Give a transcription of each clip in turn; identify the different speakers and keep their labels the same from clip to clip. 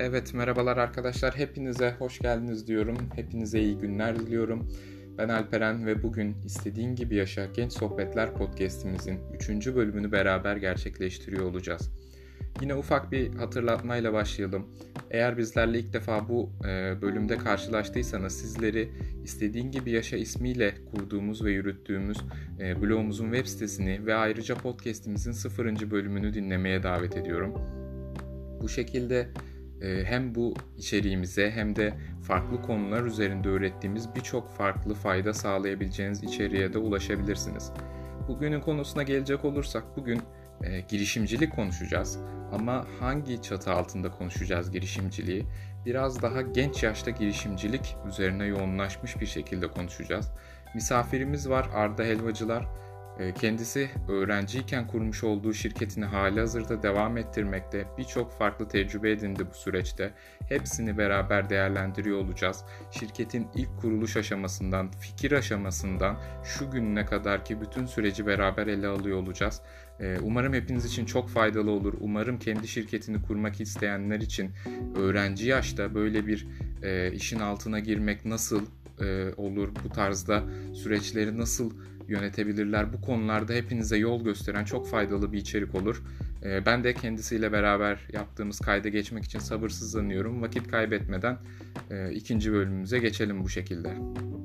Speaker 1: Evet, merhabalar arkadaşlar. Hepinize hoş geldiniz diyorum. Hepinize iyi günler diliyorum. Ben Alperen ve bugün İstediğin Gibi Yaşa Genç Sohbetler podcast'imizin 3. bölümünü beraber gerçekleştiriyor olacağız. Yine ufak bir hatırlatmayla başlayalım. Eğer bizlerle ilk defa bu bölümde karşılaştıysanız sizleri İstediğin Gibi Yaşa ismiyle kurduğumuz ve yürüttüğümüz blogumuzun web sitesini ve ayrıca podcast'imizin 0. bölümünü dinlemeye davet ediyorum. Bu şekilde hem bu içeriğimize hem de farklı konular üzerinde ürettiğimiz birçok farklı fayda sağlayabileceğiniz içeriğe de ulaşabilirsiniz. Bugünün konusuna gelecek olursak bugün girişimcilik konuşacağız. Ama hangi çatı altında konuşacağız girişimciliği? Biraz daha genç yaşta girişimcilik üzerine yoğunlaşmış bir şekilde konuşacağız. Misafirimiz var, Arda Helvacılar. Kendisi öğrenciyken kurmuş olduğu şirketini halihazırda devam ettirmekte, birçok farklı tecrübe edindi bu süreçte. Hepsini beraber değerlendiriyor olacağız. Şirketin ilk kuruluş aşamasından, fikir aşamasından şu gününe kadarki bütün süreci beraber ele alıyor olacağız. Umarım hepiniz için çok faydalı olur. Umarım kendi şirketini kurmak isteyenler için öğrenci yaşta böyle bir işin altına girmek nasıl olur, bu tarzda süreçleri nasıl yönetebilirler, bu konularda hepinize yol gösteren çok faydalı bir içerik olur. Ben de kendisiyle beraber yaptığımız kayda geçmek için sabırsızlanıyorum. Vakit kaybetmeden ikinci bölümümüze geçelim bu şekilde.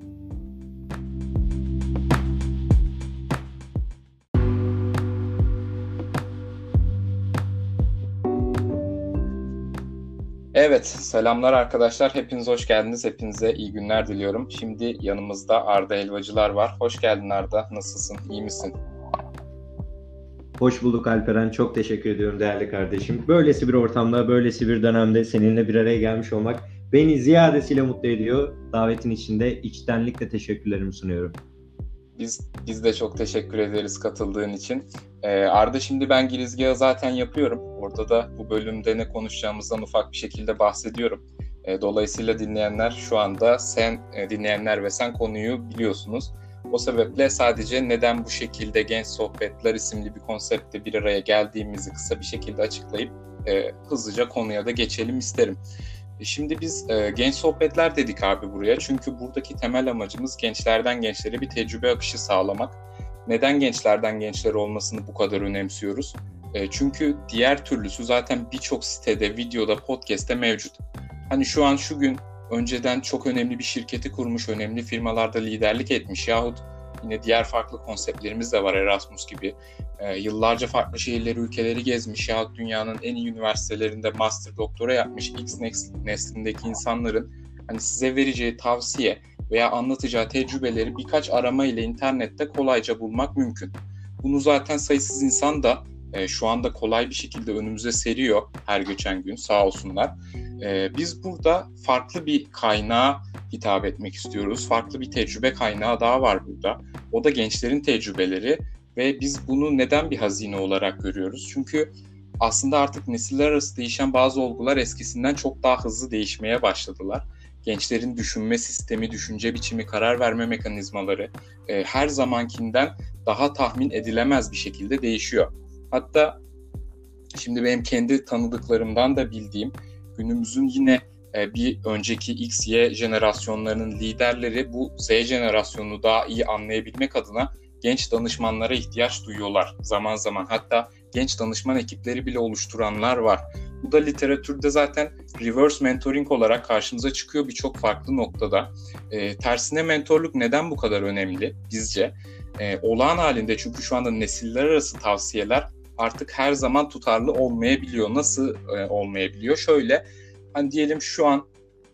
Speaker 1: Evet, selamlar arkadaşlar. Hepiniz hoş geldiniz. Hepinize iyi günler diliyorum. Şimdi yanımızda Arda Helvacılar var. Hoş geldin Arda. Nasılsın? İyi misin?
Speaker 2: Hoş bulduk Alperen. Çok teşekkür ediyorum değerli kardeşim. Böylesi bir ortamda, böylesi bir dönemde seninle bir araya gelmiş olmak beni ziyadesiyle mutlu ediyor. Davetin içinde içtenlikle teşekkürlerimi sunuyorum.
Speaker 1: Biz de çok teşekkür ederiz katıldığın için. Arda, şimdi ben girizgahı zaten yapıyorum. Orada da bu bölümde ne konuşacağımızdan ufak bir şekilde bahsediyorum. Dolayısıyla dinleyenler şu anda dinleyenler ve sen konuyu biliyorsunuz. O sebeple sadece neden bu şekilde Genç Sohbetler isimli bir konseptle bir araya geldiğimizi kısa bir şekilde açıklayıp hızlıca konuya da geçelim isterim. Şimdi biz genç sohbetler dedik abi buraya. Çünkü buradaki temel amacımız gençlerden gençlere bir tecrübe akışı sağlamak. Neden gençlerden gençler olmasını bu kadar önemsiyoruz? Çünkü diğer türlüsü zaten birçok sitede, videoda, podcast'te mevcut. Hani şu an şu gün önceden çok önemli bir şirketi kurmuş, önemli firmalarda liderlik etmiş yahut yine diğer farklı konseptlerimiz de var, Erasmus gibi. Yıllarca farklı şehirleri, ülkeleri gezmiş yahut dünyanın en iyi üniversitelerinde master, doktora yapmış X neslindeki insanların hani size vereceği tavsiye veya anlatacağı tecrübeleri birkaç arama ile internette kolayca bulmak mümkün. Bunu zaten sayısız insan da şu anda kolay bir şekilde önümüze seriyor her geçen gün, sağ olsunlar. Biz burada farklı bir kaynağa hitap etmek istiyoruz. Farklı bir tecrübe kaynağı daha var burada. O da gençlerin tecrübeleri ve biz bunu neden bir hazine olarak görüyoruz? Çünkü aslında artık nesiller arası değişen bazı olgular eskisinden çok daha hızlı değişmeye başladılar. Gençlerin düşünme sistemi, düşünce biçimi, karar verme mekanizmaları her zamankinden daha tahmin edilemez bir şekilde değişiyor. Hatta şimdi benim kendi tanıdıklarımdan da bildiğim günümüzün yine bir önceki X, Y jenerasyonlarının liderleri bu Z jenerasyonunu daha iyi anlayabilmek adına genç danışmanlara ihtiyaç duyuyorlar zaman zaman. Hatta genç danışman ekipleri bile oluşturanlar var. Bu da literatürde zaten reverse mentoring olarak karşımıza çıkıyor birçok farklı noktada. Tersine mentorluk neden bu kadar önemli bizce? Olağan halinde, çünkü şu anda nesiller arası tavsiyeler artık her zaman tutarlı olmayabiliyor. Nasıl olmayabiliyor? Şöyle, hani diyelim şu an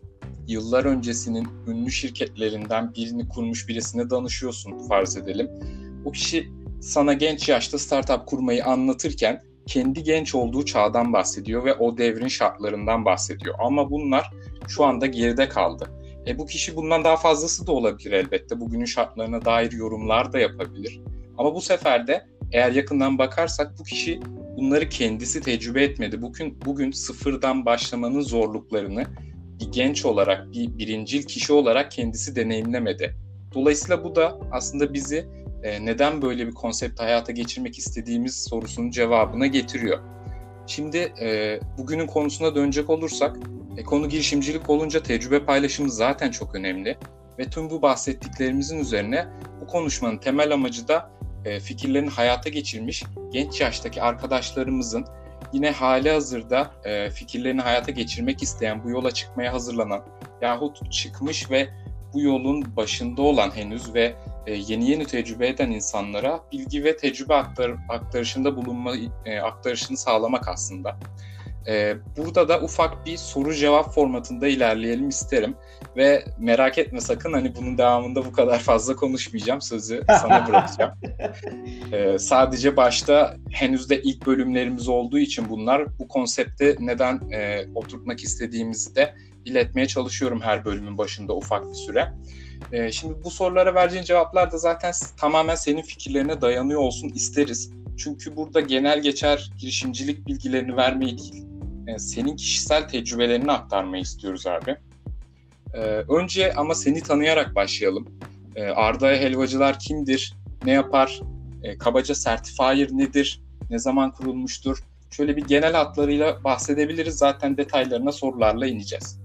Speaker 1: yıllar öncesinin ünlü şirketlerinden birini kurmuş birisine danışıyorsun, farz edelim. O kişi sana genç yaşta startup kurmayı anlatırken kendi genç olduğu çağdan bahsediyor ve o devrin şartlarından bahsediyor. Ama bunlar şu anda geride kaldı. Bu kişi bundan daha fazlası da olabilir elbette. Bugünün şartlarına dair yorumlar da yapabilir. Ama bu sefer de eğer yakından bakarsak bu kişi bunları kendisi tecrübe etmedi. Bugün sıfırdan başlamanın zorluklarını bir genç olarak, bir birincil kişi olarak kendisi deneyimlemedi. Dolayısıyla bu da aslında bizi neden böyle bir konsept hayata geçirmek istediğimiz sorusunun cevabına getiriyor. Şimdi bugünün konusuna dönecek olursak, Konu girişimcilik olunca tecrübe paylaşımı zaten çok önemli ve tüm bu bahsettiklerimizin üzerine bu konuşmanın temel amacı da fikirlerini hayata geçirmiş genç yaştaki arkadaşlarımızın yine hali hazırda fikirlerini hayata geçirmek isteyen, bu yola çıkmaya hazırlanan yahut çıkmış ve bu yolun başında olan henüz ve yeni tecrübe eden insanlara bilgi ve tecrübe aktarışında aktarışını sağlamak aslında. Burada da ufak bir soru cevap formatında ilerleyelim isterim ve merak etme sakın, hani bunun devamında bu kadar fazla konuşmayacağım, sözü sana bırakacağım. Sadece başta henüz de ilk bölümlerimiz olduğu için bu konsepte neden oturtmak istediğimizi de iletmeye çalışıyorum her bölümün başında ufak bir süre. Şimdi bu sorulara vereceğin cevaplar da zaten tamamen senin fikirlerine dayanıyor olsun isteriz. Çünkü burada genel geçer girişimcilik bilgilerini vermeyi değil, senin kişisel tecrübelerini aktarmayı istiyoruz abi. Önce ama seni tanıyarak başlayalım. Arda Helvacılar kimdir? Ne yapar? Kabaca Certifier nedir? Ne zaman kurulmuştur? Şöyle bir genel hatlarıyla bahsedebiliriz. Zaten detaylarına sorularla ineceğiz.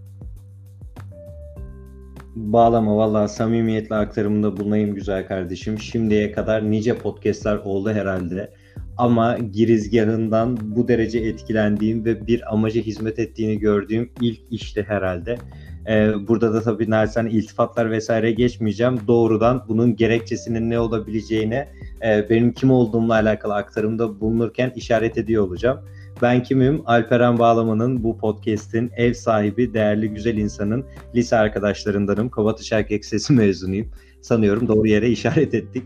Speaker 2: Bağlama, vallahi samimiyetle aktarımında bulunayım güzel kardeşim. Şimdiye kadar nice podcastler oldu herhalde. Ama girizgahından bu derece etkilendiğim ve bir amaca hizmet ettiğini gördüğüm ilk işti herhalde. Burada da tabii naçizane iltifatlar vesaire geçmeyeceğim. Doğrudan bunun gerekçesinin ne olabileceğine benim kim olduğumla alakalı aktarımda bulunurken işaret ediyor olacağım. Ben kimim? Alperen Bağlama'nın, bu podcast'in ev sahibi, değerli güzel insanın lise arkadaşlarındanım. Kabataş Erkek Lisesi mezunuyum. Sanıyorum doğru yere işaret ettik.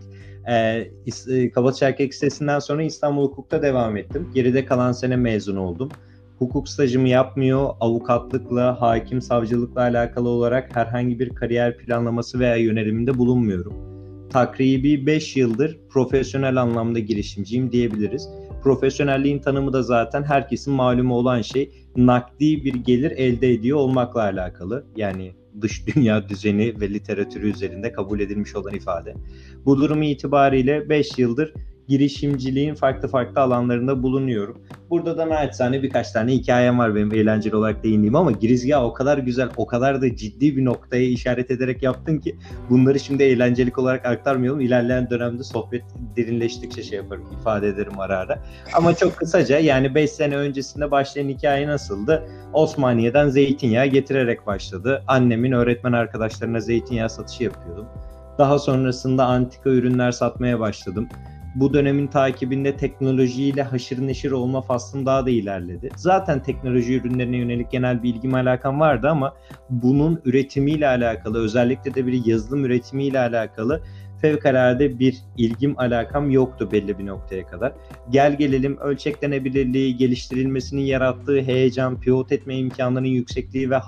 Speaker 2: Kabataş Erkek Lisesi'nden sonra İstanbul Hukuk'ta devam ettim. Geride kalan sene mezun oldum. Hukuk stajımı yapmıyor, avukatlıkla, hakim savcılıkla alakalı olarak herhangi bir kariyer planlaması veya yöneliminde bulunmuyorum. Takribi 5 yıldır profesyonel anlamda girişimciyim diyebiliriz. Profesyonelliğin tanımı da zaten herkesin malumu olan şey, nakdi bir gelir elde ediyor olmakla alakalı. Yani dış dünya düzeni ve literatürü üzerinde kabul edilmiş olan ifade. Bu durum itibariyle 5 yıldır girişimciliğin farklı farklı alanlarında bulunuyorum. Burada da naçizane birkaç tane hikayem var benim eğlenceli olarak değindiğim, ama girizgahı o kadar güzel, o kadar da ciddi bir noktaya işaret ederek yaptın ki bunları şimdi eğlencelik olarak aktarmayalım. İlerleyen dönemde sohbet derinleştikçe yaparım, ifade ederim ara ara. Ama çok kısaca, yani 5 sene öncesinde başlayan hikaye nasıldı? Osmaniye'den zeytinyağı getirerek başladı. Annemin öğretmen arkadaşlarına zeytinyağı satışı yapıyordum. Daha sonrasında antika ürünler satmaya başladım. Bu dönemin takibinde teknolojiyle haşır neşir olma faslım daha da ilerledi. Zaten teknoloji ürünlerine yönelik genel bir ilgim, alakam vardı ama bunun üretimiyle alakalı, özellikle de bir yazılım üretimiyle alakalı fevkalade bir ilgim, alakam yoktu belli bir noktaya kadar. Gel gelelim ölçeklenebilirliği, geliştirilmesinin yarattığı heyecan, pivot etme imkanlarının yüksekliği ve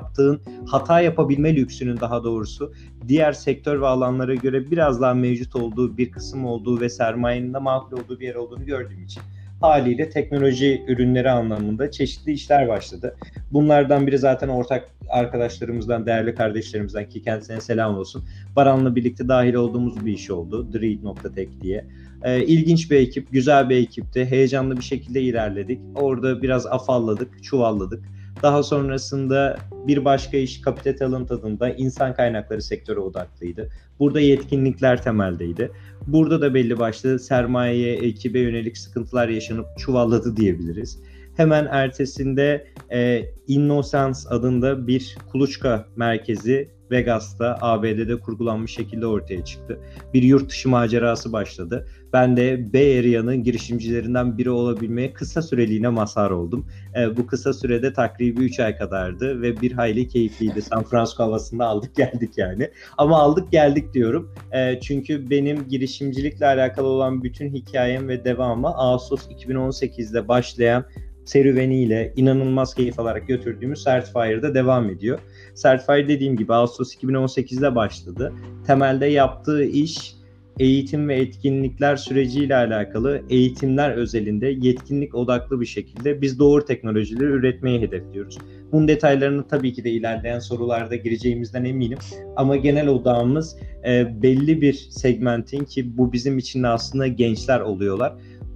Speaker 2: hata yapabilme lüksünün, daha doğrusu diğer sektör ve alanlara göre biraz daha mevcut olduğu bir kısım olduğu ve sermayenin de makul olduğu bir yer olduğunu gördüğüm için haliyle teknoloji ürünleri anlamında çeşitli işler başladı. Bunlardan biri zaten ortak arkadaşlarımızdan, değerli kardeşlerimizden, ki kendisine selam olsun, Baran'la birlikte dahil olduğumuz bir iş oldu. Dreed.tech diye. İlginç bir ekip, güzel bir ekipti. Heyecanlı bir şekilde ilerledik. Orada biraz afalladık, çuvalladık. Daha sonrasında bir başka iş Capital Talent adında insan kaynakları sektörü odaklıydı. Burada yetkinlikler temeldeydi. Burada da belli başlı sermayeye, ekibe yönelik sıkıntılar yaşanıp çuvalladı diyebiliriz. Hemen ertesinde Innocence adında bir kuluçka merkezi Vegas'ta, ABD'de kurgulanmış şekilde ortaya çıktı. Bir yurt dışı macerası başladı. Ben de Bay Area'nın girişimcilerinden biri olabilmeye kısa süreliğine mazhar oldum. Bu kısa sürede takribi 3 ay kadardı ve bir hayli keyifliydi. San Francisco havasında aldık geldik yani. Ama aldık geldik diyorum. Çünkü benim girişimcilikle alakalı olan bütün hikayem ve devamı Ağustos 2018'de başlayan serüveniyle inanılmaz keyif alarak götürdüğümüz Certifier'da devam ediyor. Certifier dediğim gibi Ağustos 2018'de başladı. Temelde yaptığı iş eğitim ve etkinlikler süreciyle alakalı, eğitimler özelinde yetkinlik odaklı bir şekilde biz doğru teknolojileri üretmeyi hedefliyoruz. Bunun detaylarını tabii ki de ilerleyen sorularda gireceğimizden eminim. Ama genel odağımız belli bir segmentin, ki bu bizim için de aslında gençler oluyorlar.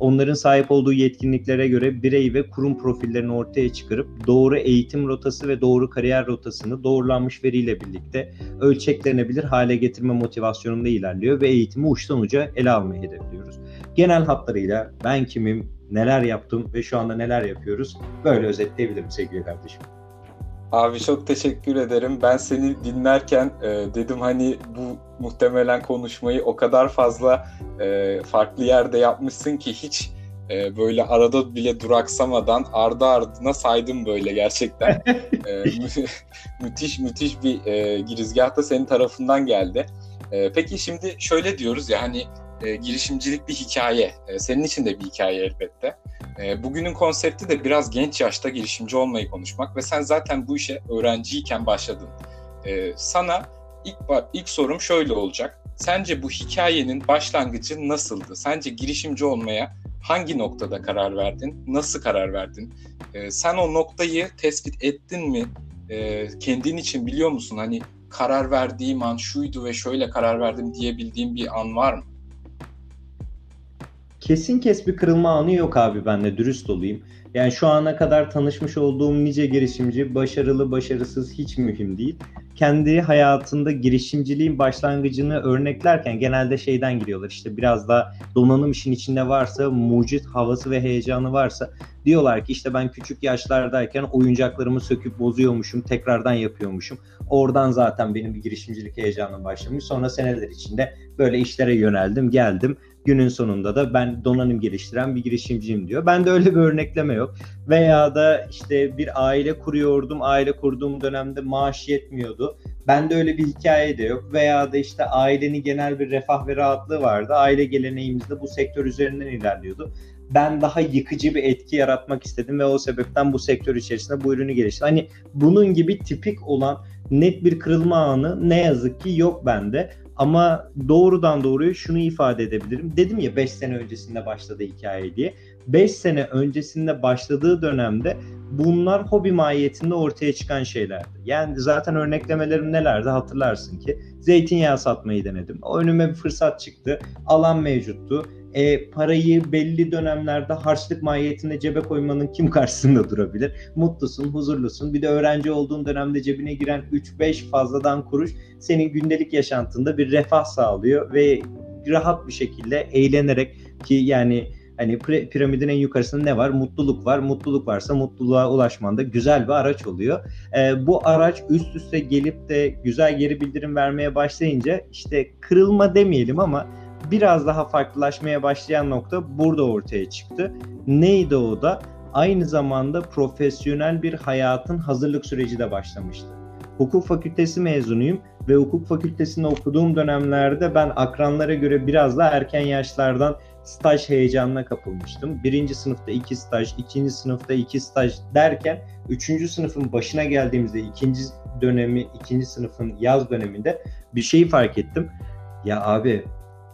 Speaker 2: onların sahip olduğu yetkinliklere göre birey ve kurum profillerini ortaya çıkarıp doğru eğitim rotası ve doğru kariyer rotasını doğrulanmış veriyle birlikte ölçeklenebilir hale getirme motivasyonunda ilerliyor ve eğitimi uçtan uca ele almayı hedefliyoruz. Genel hatlarıyla ben kimim, neler yaptım ve şu anda neler yapıyoruz, böyle özetleyebilirim sevgili kardeşim.
Speaker 1: Abi çok teşekkür ederim. Ben seni dinlerken dedim hani bu muhtemelen konuşmayı o kadar fazla farklı yerde yapmışsın ki hiç böyle arada bile duraksamadan ardı ardına saydım böyle gerçekten. Müthiş bir girizgah da senin tarafından geldi. Peki şimdi şöyle diyoruz ya hani girişimcilik bir hikaye. Senin için de bir hikaye elbette. Bugünün konsepti de biraz genç yaşta girişimci olmayı konuşmak ve sen zaten bu işe öğrenciyken başladın. Sana ilk sorum şöyle olacak. Sence bu hikayenin başlangıcı nasıldı? Sence girişimci olmaya hangi noktada karar verdin? Nasıl karar verdin? Sen o noktayı tespit ettin mi? Kendin için biliyor musun? Hani karar verdiğim an şuydu ve şöyle karar verdim diyebildiğin bir an var mı?
Speaker 2: Kesin bir kırılma anı yok abi, ben de dürüst olayım. Yani şu ana kadar tanışmış olduğum nice girişimci, başarılı başarısız hiç mühim değil. Kendi hayatında girişimciliğin başlangıcını örneklerken genelde şeyden giriyorlar. İşte biraz da donanım işin içinde varsa, mucit havası ve heyecanı varsa diyorlar ki işte ben küçük yaşlardayken oyuncaklarımı söküp bozuyormuşum, tekrardan yapıyormuşum. Oradan zaten benim bir girişimcilik heyecanım başlamış. Sonra seneler içinde böyle işlere yöneldim, geldim. Günün sonunda da ben donanım geliştiren bir girişimciyim diyor. Bende öyle bir örnekleme yok. Veya da işte bir aile kuruyordum. Aile kurduğum dönemde maaş yetmiyordu. Bende öyle bir hikaye de yok. Veya da işte ailenin genel bir refah ve rahatlığı vardı. Aile geleneğimizde bu sektör üzerinden ilerliyordu. Ben daha yıkıcı bir etki yaratmak istedim ve o sebepten bu sektör içerisinde bu ürünü geliştirdim. Hani bunun gibi tipik olan net bir kırılma anı ne yazık ki yok bende. Ama doğrudan doğruya şunu ifade edebilirim. Dedim ya 5 sene öncesinde başladı hikaye diye. 5 sene öncesinde başladığı dönemde bunlar hobi mahiyetinde ortaya çıkan şeylerdi. Yani zaten örneklemelerim nelerdi hatırlarsın ki. Zeytinyağı satmayı denedim. O önüme bir fırsat çıktı. Alan mevcuttu. Parayı belli dönemlerde harçlık mahiyetinde cebe koymanın kim karşısında durabilir? Mutlusun, huzurlusun. Bir de öğrenci olduğun dönemde cebine giren 3-5 fazladan kuruş senin gündelik yaşantında bir refah sağlıyor ve rahat bir şekilde eğlenerek, ki yani hani piramidin en yukarısında ne var? Mutluluk var. Mutluluk varsa mutluluğa ulaşmanda güzel bir araç oluyor. Bu araç üst üste gelip de güzel geri bildirim vermeye başlayınca işte kırılma demeyelim ama biraz daha farklılaşmaya başlayan nokta burada ortaya çıktı. Neydi o da? Aynı zamanda profesyonel bir hayatın hazırlık süreci de başlamıştı. Hukuk fakültesi mezunuyum ve hukuk fakültesinde okuduğum dönemlerde ben akranlara göre biraz daha erken yaşlardan staj heyecanına kapılmıştım. Birinci sınıfta 2 staj, ikinci sınıfta 2 staj derken 3. sınıfın başına geldiğimizde ikinci sınıfın yaz döneminde bir şeyi fark ettim. Ya abi,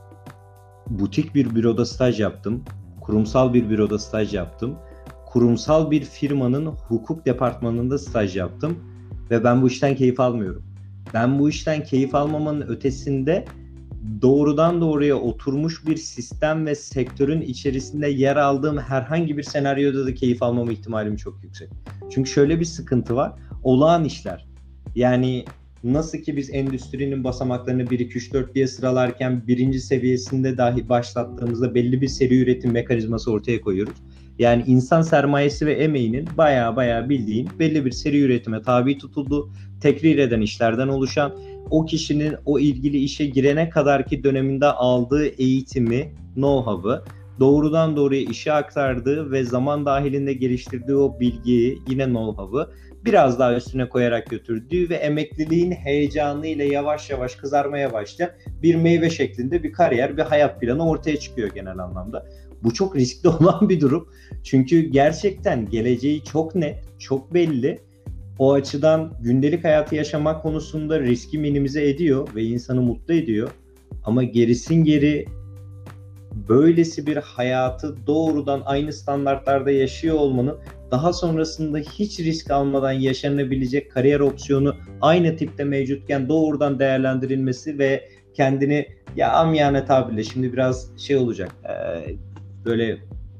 Speaker 2: butik bir büroda staj yaptım. Kurumsal bir büroda staj yaptım. Kurumsal bir firmanın hukuk departmanında staj yaptım. Ve ben bu işten keyif almıyorum. Ben bu işten keyif almamanın ötesinde doğrudan doğruya oturmuş bir sistem ve sektörün içerisinde yer aldığım herhangi bir senaryoda da keyif almama ihtimalim çok yüksek. Çünkü şöyle bir sıkıntı var. Olağan işler. Yani nasıl ki biz endüstrinin basamaklarını 1, 2, 3, 4 diye sıralarken birinci seviyesinde dahi başlattığımızda belli bir seri üretim mekanizması ortaya koyuyoruz. Yani insan sermayesi ve emeğinin baya bildiğin belli bir seri üretime tabi tutulduğu, tekrar eden işlerden oluşan, o kişinin o ilgili işe girene kadarki döneminde aldığı eğitimi, know-how'ı doğrudan doğruya işe aktardığı ve zaman dahilinde geliştirdiği o bilgiyi, yine know-how'ı biraz daha üstüne koyarak götürdüğü ve emekliliğin heyecanıyla yavaş yavaş kızarmaya başlayan bir meyve şeklinde bir kariyer, bir hayat planı ortaya çıkıyor genel anlamda. Bu çok riskli olan bir durum. Çünkü gerçekten geleceği çok net, çok belli. O açıdan gündelik hayatı yaşamak konusunda riski minimize ediyor ve insanı mutlu ediyor. Ama gerisin geri böylesi bir hayatı doğrudan aynı standartlarda yaşıyor olmanın daha sonrasında hiç risk almadan yaşanabilecek kariyer opsiyonu aynı tipte mevcutken doğrudan değerlendirilmesi ve kendini, ya amiyane tabirle şimdi biraz şey olacak, böyle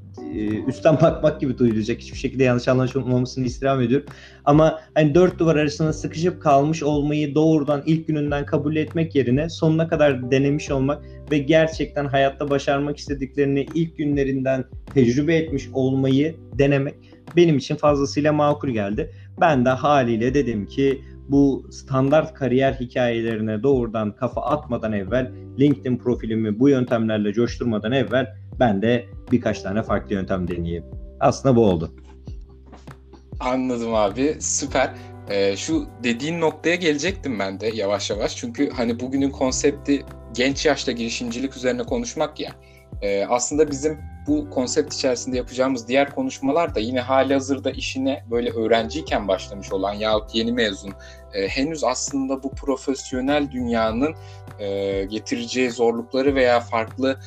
Speaker 2: üstten bakmak gibi duyulacak. Hiçbir şekilde yanlış anlaşılmamasını istirham ediyorum. Ama hani dört duvar arasında sıkışıp kalmış olmayı doğrudan ilk gününden kabul etmek yerine sonuna kadar denemiş olmak ve gerçekten hayatta başarmak istediklerini ilk günlerinden tecrübe etmiş olmayı denemek benim için fazlasıyla makul geldi. Ben de haliyle dedim ki bu standart kariyer hikayelerine doğrudan kafa atmadan evvel, LinkedIn profilimi bu yöntemlerle coşturmadan evvel ben de birkaç tane farklı yöntem deneyeyim. Aslında bu oldu.
Speaker 1: Anladım abi, süper. Şu dediğin noktaya gelecektim ben de yavaş yavaş. Çünkü hani bugünün konsepti genç yaşta girişimcilik üzerine konuşmak ya. Aslında bizim bu konsept içerisinde yapacağımız diğer konuşmalar da yine halihazırda işine böyle öğrenciyken başlamış olan yahut yeni mezun, henüz aslında bu profesyonel dünyanın getireceği zorlukları veya farklı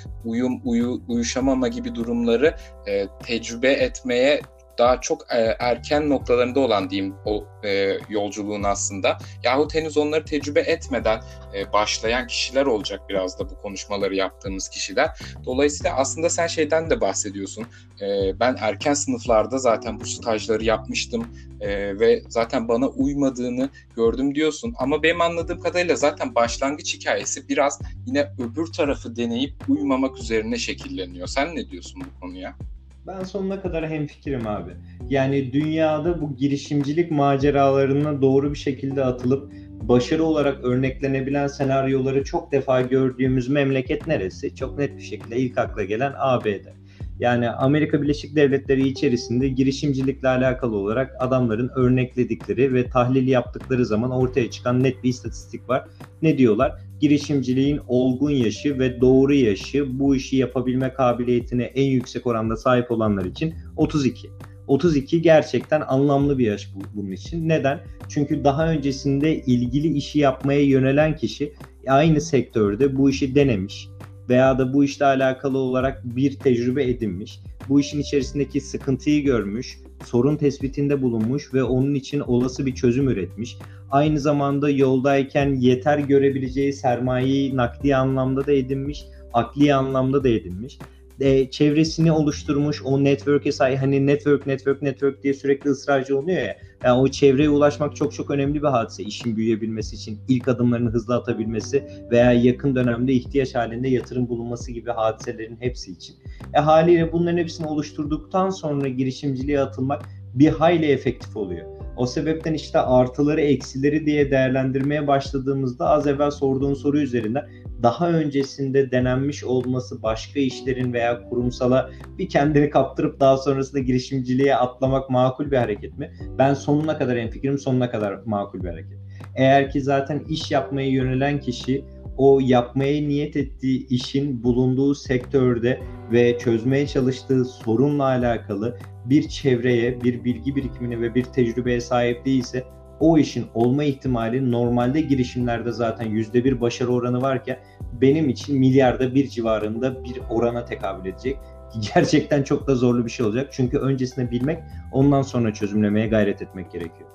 Speaker 1: uyuşamama gibi durumları tecrübe etmeye daha çok erken noktalarında olan diyeyim o yolculuğun aslında. Yahut henüz onları tecrübe etmeden başlayan kişiler olacak biraz da bu konuşmaları yaptığımız kişiler. Dolayısıyla aslında sen şeyden de bahsediyorsun. Ben erken sınıflarda zaten bu stajları yapmıştım ve zaten bana uymadığını gördüm diyorsun. Ama benim anladığım kadarıyla zaten başlangıç hikayesi biraz yine öbür tarafı deneyip uymamak üzerine şekilleniyor. Sen ne diyorsun bu konuya?
Speaker 2: Ben sonuna kadar hemfikirim abi. Yani dünyada bu girişimcilik maceralarına doğru bir şekilde atılıp başarı olarak örneklenebilen senaryoları çok defa gördüğümüz memleket neresi? Çok net bir şekilde ilk akla gelen ABD. Yani Amerika Birleşik Devletleri içerisinde girişimcilikle alakalı olarak adamların örnekledikleri ve tahlil yaptıkları zaman ortaya çıkan net bir istatistik var. Ne diyorlar? Girişimciliğin olgun yaşı ve doğru yaşı, bu işi yapabilme kabiliyetine en yüksek oranda sahip olanlar için 32. 32 gerçekten anlamlı bir yaş bunun için. Neden? Çünkü daha öncesinde ilgili işi yapmaya yönelen kişi aynı sektörde bu işi denemiş veya da bu işle alakalı olarak bir tecrübe edinmiş, bu işin içerisindeki sıkıntıyı görmüş, sorun tespitinde bulunmuş ve onun için olası bir çözüm üretmiş. Aynı zamanda yoldayken yeter görebileceği sermayeyi nakdi anlamda da edinmiş, akli anlamda da edinmiş. Çevresini oluşturmuş, o network'e sahip, hani network diye sürekli ısrarcı oluyor ya. Yani o çevreye ulaşmak çok çok önemli bir hadise işin büyüyebilmesi için, ilk adımlarını hızlı atabilmesi veya yakın dönemde ihtiyaç halinde yatırım bulunması gibi hadiselerin hepsi için. Haliyle bunların hepsini oluşturduktan sonra girişimciliğe atılmak bir hayli efektif oluyor. O sebepten işte artıları eksileri diye değerlendirmeye başladığımızda az evvel sorduğun soru üzerinden daha öncesinde denenmiş olması başka işlerin veya kurumsala bir kendini kaptırıp daha sonrasında girişimciliğe atlamak makul bir hareket mi? Ben sonuna kadar hemfikirim, sonuna kadar makul bir hareket. Eğer ki zaten iş yapmaya yönelen kişi o yapmaya niyet ettiği işin bulunduğu sektörde ve çözmeye çalıştığı sorunla alakalı bir çevreye, bir bilgi birikimine ve bir tecrübeye sahip değilse o işin olma ihtimali normalde girişimlerde zaten %1 başarı oranı varken benim için milyarda bir civarında bir orana tekabül edecek. Gerçekten çok da zorlu bir şey olacak. Çünkü öncesinde bilmek, ondan sonra çözümlemeye gayret etmek gerekiyor.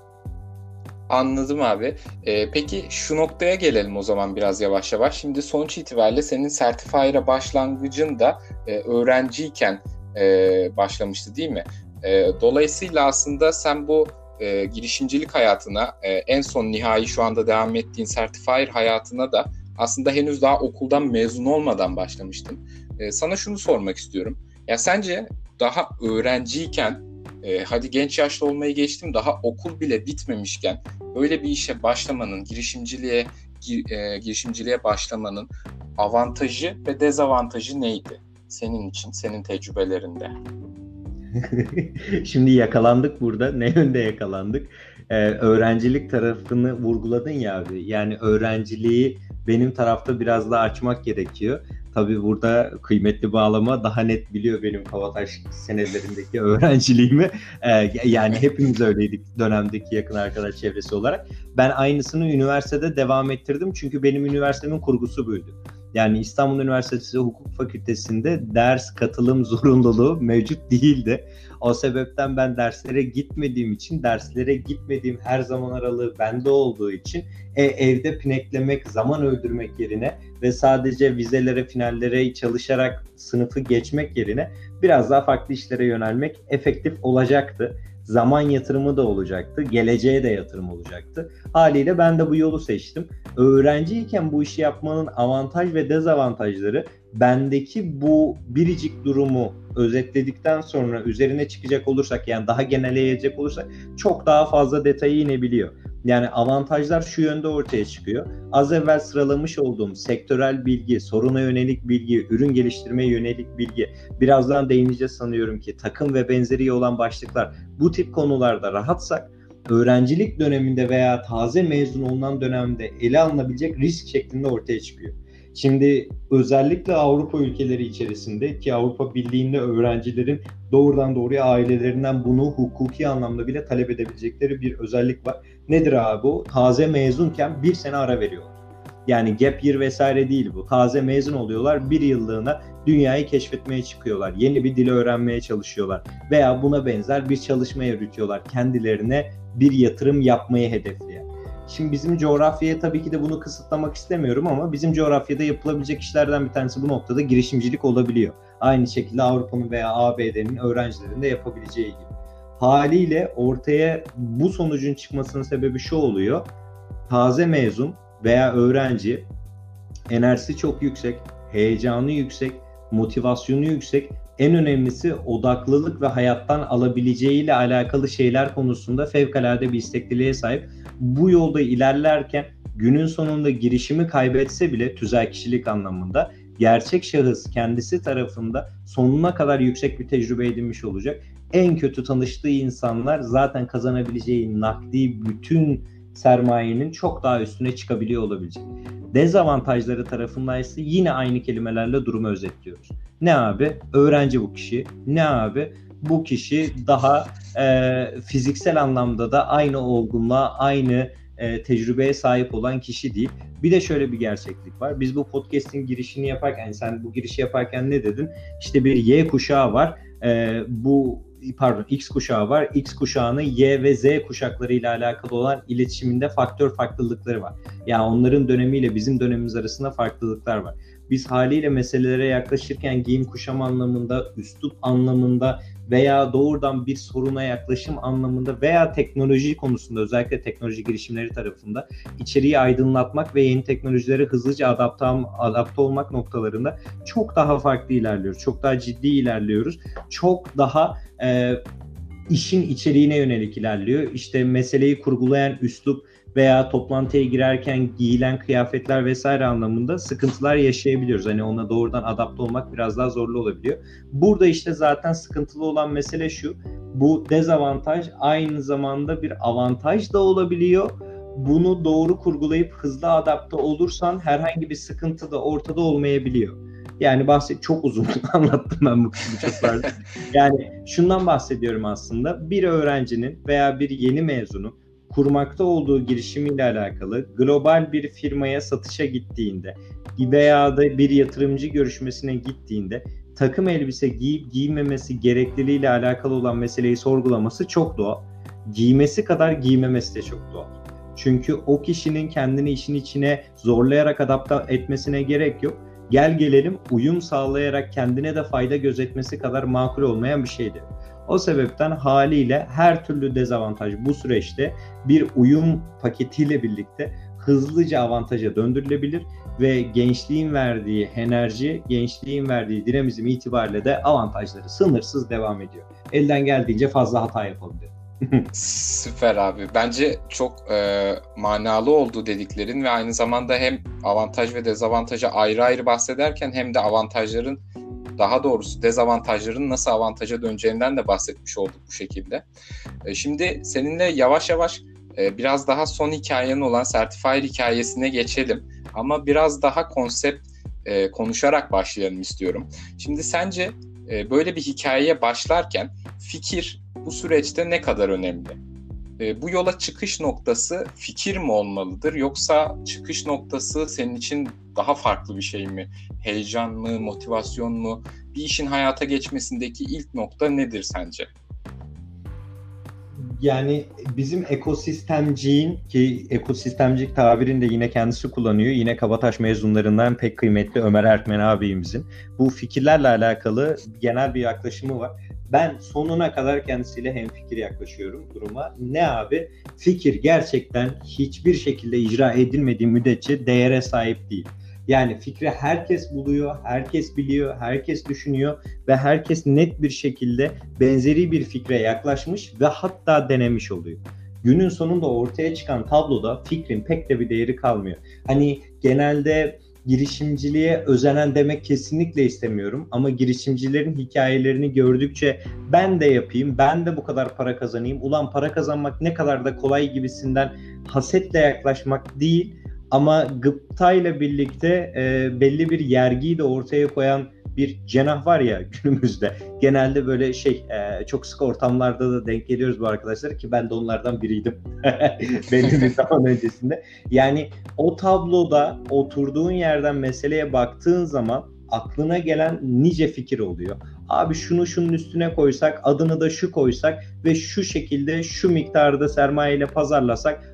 Speaker 1: Anladım abi. Peki şu noktaya gelelim o zaman biraz yavaş yavaş. Şimdi sonuç itibariyle senin Certifier'a başlangıcın da öğrenciyken başlamıştı değil mi? Dolayısıyla aslında sen bu girişimcilik hayatına, en son nihai şu anda devam ettiğin Certifier hayatına da aslında henüz daha okuldan mezun olmadan başlamıştın. Sana şunu sormak istiyorum. Ya sence daha öğrenciyken, hadi genç yaşta olmayı geçtim, daha okul bile bitmemişken böyle bir işe başlamanın, girişimciliğe başlamanın avantajı ve dezavantajı neydi senin için, senin tecrübelerinde?
Speaker 2: Şimdi yakalandık burada. Ne yönde yakalandık? Öğrencilik tarafını vurguladın ya abi. Yani öğrenciliği benim tarafta biraz daha açmak gerekiyor. Tabii burada kıymetli bağlama daha net biliyor benim Kavataş senelerindeki öğrenciliğimi. Yani hepimiz öyleydik dönemdeki yakın arkadaş çevresi olarak. Ben aynısını üniversitede devam ettirdim. Çünkü benim üniversitemin kurgusu buydu. Yani İstanbul Üniversitesi Hukuk Fakültesi'nde ders katılım zorunluluğu mevcut değildi. O sebepten ben derslere gitmediğim için, derslere gitmediğim her zaman aralığı bende olduğu için evde pineklemek, zaman öldürmek yerine ve sadece vizelere, finallere çalışarak sınıfı geçmek yerine biraz daha farklı işlere yönelmek efektif olacaktı. Zaman yatırımı da olacaktı, geleceğe de yatırım olacaktı. Haliyle ben de bu yolu seçtim. Öğrenciyken bu işi yapmanın avantaj ve dezavantajları, bendeki bu biricik durumu özetledikten sonra üzerine çıkacak olursak, yani daha genelleyecek olursak çok daha fazla detaya inebiliyor. Yani avantajlar şu yönde ortaya çıkıyor. Az evvel sıralamış olduğum sektörel bilgi, soruna yönelik bilgi, ürün geliştirmeye yönelik bilgi, birazdan değineceğiz sanıyorum ki takım ve benzeri olan başlıklar, bu tip konularda rahatsak, öğrencilik döneminde veya taze mezun olunan dönemde ele alınabilecek risk şeklinde ortaya çıkıyor. Şimdi özellikle Avrupa ülkeleri içerisinde, ki Avrupa Birliği'nde öğrencilerin doğrudan doğruya ailelerinden bunu hukuki anlamda bile talep edebilecekleri bir özellik var. Nedir abi bu? Taze mezunken bir sene ara veriyorlar. Yani gap year vesaire değil bu. Taze mezun oluyorlar, bir yıllığına dünyayı keşfetmeye çıkıyorlar. Yeni bir dil öğrenmeye çalışıyorlar. Veya buna benzer bir çalışma yürütüyorlar. Kendilerine bir yatırım yapmayı hedefleyen. Şimdi bizim coğrafyaya tabii ki de bunu kısıtlamak istemiyorum ama bizim coğrafyada yapılabilecek işlerden bir tanesi bu noktada girişimcilik olabiliyor. Aynı şekilde Avrupa'nın veya ABD'nin öğrencilerin de yapabileceği gibi. Haliyle ortaya bu sonucun çıkmasının sebebi şu oluyor. Taze mezun veya öğrenci enerjisi çok yüksek, heyecanı yüksek, motivasyonu yüksek. En önemlisi odaklılık ve hayattan alabileceğiyle alakalı şeyler konusunda fevkalade bir istekliliğe sahip. Bu yolda ilerlerken günün sonunda girişimi kaybetse bile tüzel kişilik anlamında gerçek şahıs kendisi tarafında sonuna kadar yüksek bir tecrübe edinmiş olacak. En kötü tanıştığı insanlar zaten kazanabileceği nakdi bütün sermayenin çok daha üstüne çıkabiliyor olabilecek. Dezavantajları tarafından ise yine aynı kelimelerle durumu özetliyoruz. Ne abi? Öğrenci bu kişi. Ne abi? Bu kişi daha fiziksel anlamda da aynı olgunluğa, aynı tecrübeye sahip olan kişi değil. Bir de şöyle bir gerçeklik var. Biz bu podcast'in girişini yaparken, yani sen bu girişi yaparken ne dedin? İşte bir Y kuşağı var. X kuşağı var. X kuşağının Y ve Z kuşaklarıyla alakalı olan iletişiminde faktör farklılıkları var. Yani onların dönemiyle bizim dönemimiz arasında farklılıklar var. Biz haliyle meselelere yaklaşırken giyim kuşam anlamında, üslup anlamında veya doğrudan bir soruna yaklaşım anlamında veya teknoloji konusunda, özellikle teknoloji girişimleri tarafında içeriği aydınlatmak ve yeni teknolojilere hızlıca adapte olmak noktalarında çok daha farklı ilerliyoruz. Çok daha ciddi ilerliyoruz. Çok daha işin içeriğine yönelik ilerliyor. İşte meseleyi kurgulayan üslup veya toplantıya girerken giyilen kıyafetler vesaire anlamında sıkıntılar yaşayabiliyoruz. Hani ona doğrudan adapte olmak biraz daha zorlu olabiliyor. Burada işte zaten sıkıntılı olan mesele şu. Bu dezavantaj aynı zamanda bir avantaj da olabiliyor. Bunu doğru kurgulayıp hızlı adapte olursan herhangi bir sıkıntı da ortada olmayabiliyor. Yani çok uzun anlattım ben bu kısmı çok pardon. Yani şundan bahsediyorum aslında. Bir öğrencinin veya bir yeni mezunun kurmakta olduğu girişimiyle alakalı global bir firmaya satışa gittiğinde veya da bir yatırımcı görüşmesine gittiğinde takım elbise giyip giymemesi gerekliliğiyle alakalı olan meseleyi sorgulaması çok doğal. Giymesi kadar giymemesi de çok doğal. Çünkü o kişinin kendini işin içine zorlayarak adapte etmesine gerek yok. Gel gelelim uyum sağlayarak kendine de fayda gözetmesi kadar makul olmayan bir şeydir. O sebepten haliyle her türlü dezavantaj bu süreçte bir uyum paketiyle birlikte hızlıca avantaja döndürülebilir ve gençliğin verdiği enerji, gençliğin verdiği dinamizm itibariyle de avantajları sınırsız devam ediyor. Elden geldiğince fazla hata yapabilir.
Speaker 1: Süper abi. Bence çok manalı oldu dediklerin ve aynı zamanda hem avantaj ve dezavantajı ayrı ayrı bahsederken hem de avantajların, daha doğrusu dezavantajların nasıl avantaja döneceğinden de bahsetmiş olduk bu şekilde. Şimdi seninle yavaş yavaş biraz daha son hikayen olan Certifier hikayesine geçelim. Ama biraz daha konsept konuşarak başlayalım istiyorum. Şimdi sence böyle bir hikayeye başlarken fikir bu süreçte ne kadar önemli? Bu yola çıkış noktası fikir mi olmalıdır, yoksa çıkış noktası senin için daha farklı bir şey mi? Heyecan mı, motivasyon mu? Bir işin hayata geçmesindeki ilk nokta nedir sence?
Speaker 2: Yani bizim ekosistemciğin, ki ekosistemcilik tabirini de yine kendisi kullanıyor. Yine Kabataş mezunlarından pek kıymetli Ömer Erkmen abimizin bu fikirlerle alakalı genel bir yaklaşımı var. Ben sonuna kadar kendisiyle hemfikir yaklaşıyorum duruma. Ne abi? Fikir gerçekten hiçbir şekilde icra edilmediği müddetçe değere sahip değil. Yani fikri herkes buluyor, herkes biliyor, herkes düşünüyor ve herkes net bir şekilde benzeri bir fikre yaklaşmış ve hatta denemiş oluyor. Günün sonunda ortaya çıkan tabloda fikrin pek de bir değeri kalmıyor. Hani genelde girişimciliğe özenen demek kesinlikle istemiyorum ama girişimcilerin hikayelerini gördükçe ben de yapayım, ben de bu kadar para kazanayım, ulan para kazanmak ne kadar da kolay gibisinden hasetle yaklaşmak değil ama gıptayla birlikte belli bir yergiyi de ortaya koyan bir cenah var ya günümüzde. Genelde böyle çok sık ortamlarda da denk geliyoruz bu arkadaşlar ki ben de onlardan biriydim belli bir zaman öncesinde. Yani o tabloda oturduğun yerden meseleye baktığın zaman aklına gelen nice fikir oluyor. Abi şunu şunun üstüne koysak, adını da şu koysak ve şu şekilde şu miktarda sermayeyle pazarlasak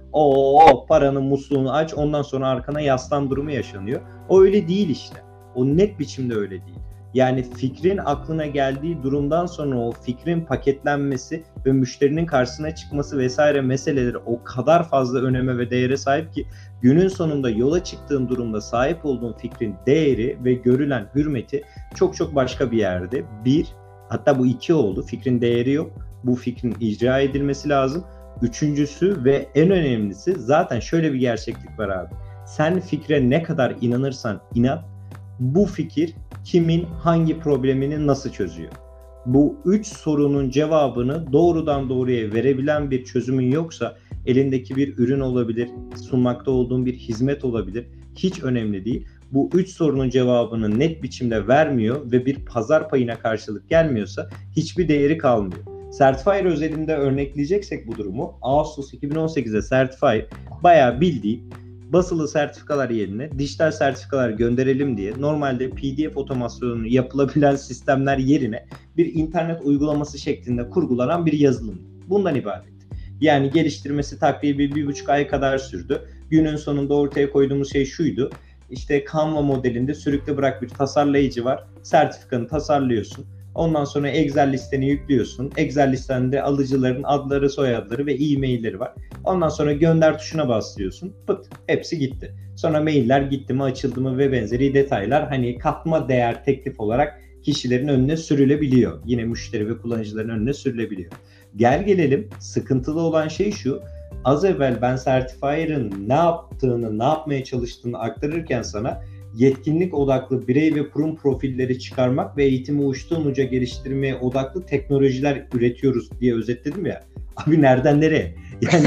Speaker 2: o paranın musluğunu aç, ondan sonra arkana yaslan durumu yaşanıyor. O öyle değil işte. O net biçimde öyle değil. Yani fikrin aklına geldiği durumdan sonra o fikrin paketlenmesi ve müşterinin karşısına çıkması vesaire meseleleri o kadar fazla öneme ve değere sahip ki günün sonunda yola çıktığın durumda sahip olduğun fikrin değeri ve görülen hürmeti çok çok başka bir yerde. Hatta bu iki oldu. Fikrin değeri yok. Bu fikrin icra edilmesi lazım. Üçüncüsü ve en önemlisi zaten şöyle bir gerçeklik var abi. Sen fikre ne kadar inanırsan inan, bu fikir kimin hangi problemini nasıl çözüyor? Bu üç sorunun cevabını doğrudan doğruya verebilen bir çözümün yoksa elindeki bir ürün olabilir, sunmakta olduğun bir hizmet olabilir. Hiç önemli değil. Bu üç sorunun cevabını net biçimde vermiyor ve bir pazar payına karşılık gelmiyorsa hiçbir değeri kalmıyor. Certifier özelinde örnekleyeceksek bu durumu, Ağustos 2018'de Certifier bayağı bildiği basılı sertifikalar yerine dijital sertifikalar gönderelim diye normalde PDF otomasyonu yapılabilen sistemler yerine bir internet uygulaması şeklinde kurgulanan bir yazılım. Bundan ibaret. Yani geliştirmesi takribi 1,5 ay kadar sürdü. Günün sonunda ortaya koyduğumuz şey şuydu. İşte Canva modelinde sürükle bırak bir tasarlayıcı var. Sertifikanı tasarlıyorsun. Ondan sonra Excel listeni yüklüyorsun. Excel listende alıcıların adları, soyadları ve e-mailleri var. Ondan sonra gönder tuşuna basıyorsun. Pıt, hepsi gitti. Sonra mailler gitti mi, açıldı mı ve benzeri detaylar hani katma değer teklif olarak kişilerin önüne sürülebiliyor. Yine müşteri ve kullanıcıların önüne sürülebiliyor. Gel gelelim, sıkıntılı olan şey şu. Az evvel ben Certifier'ın ne yaptığını, ne yapmaya çalıştığını aktarırken sana yetkinlik odaklı birey ve kurum profilleri çıkarmak ve eğitimi uçtan uca geliştirmeye odaklı teknolojiler üretiyoruz diye özetledim ya. Abi nereden nereye? Yani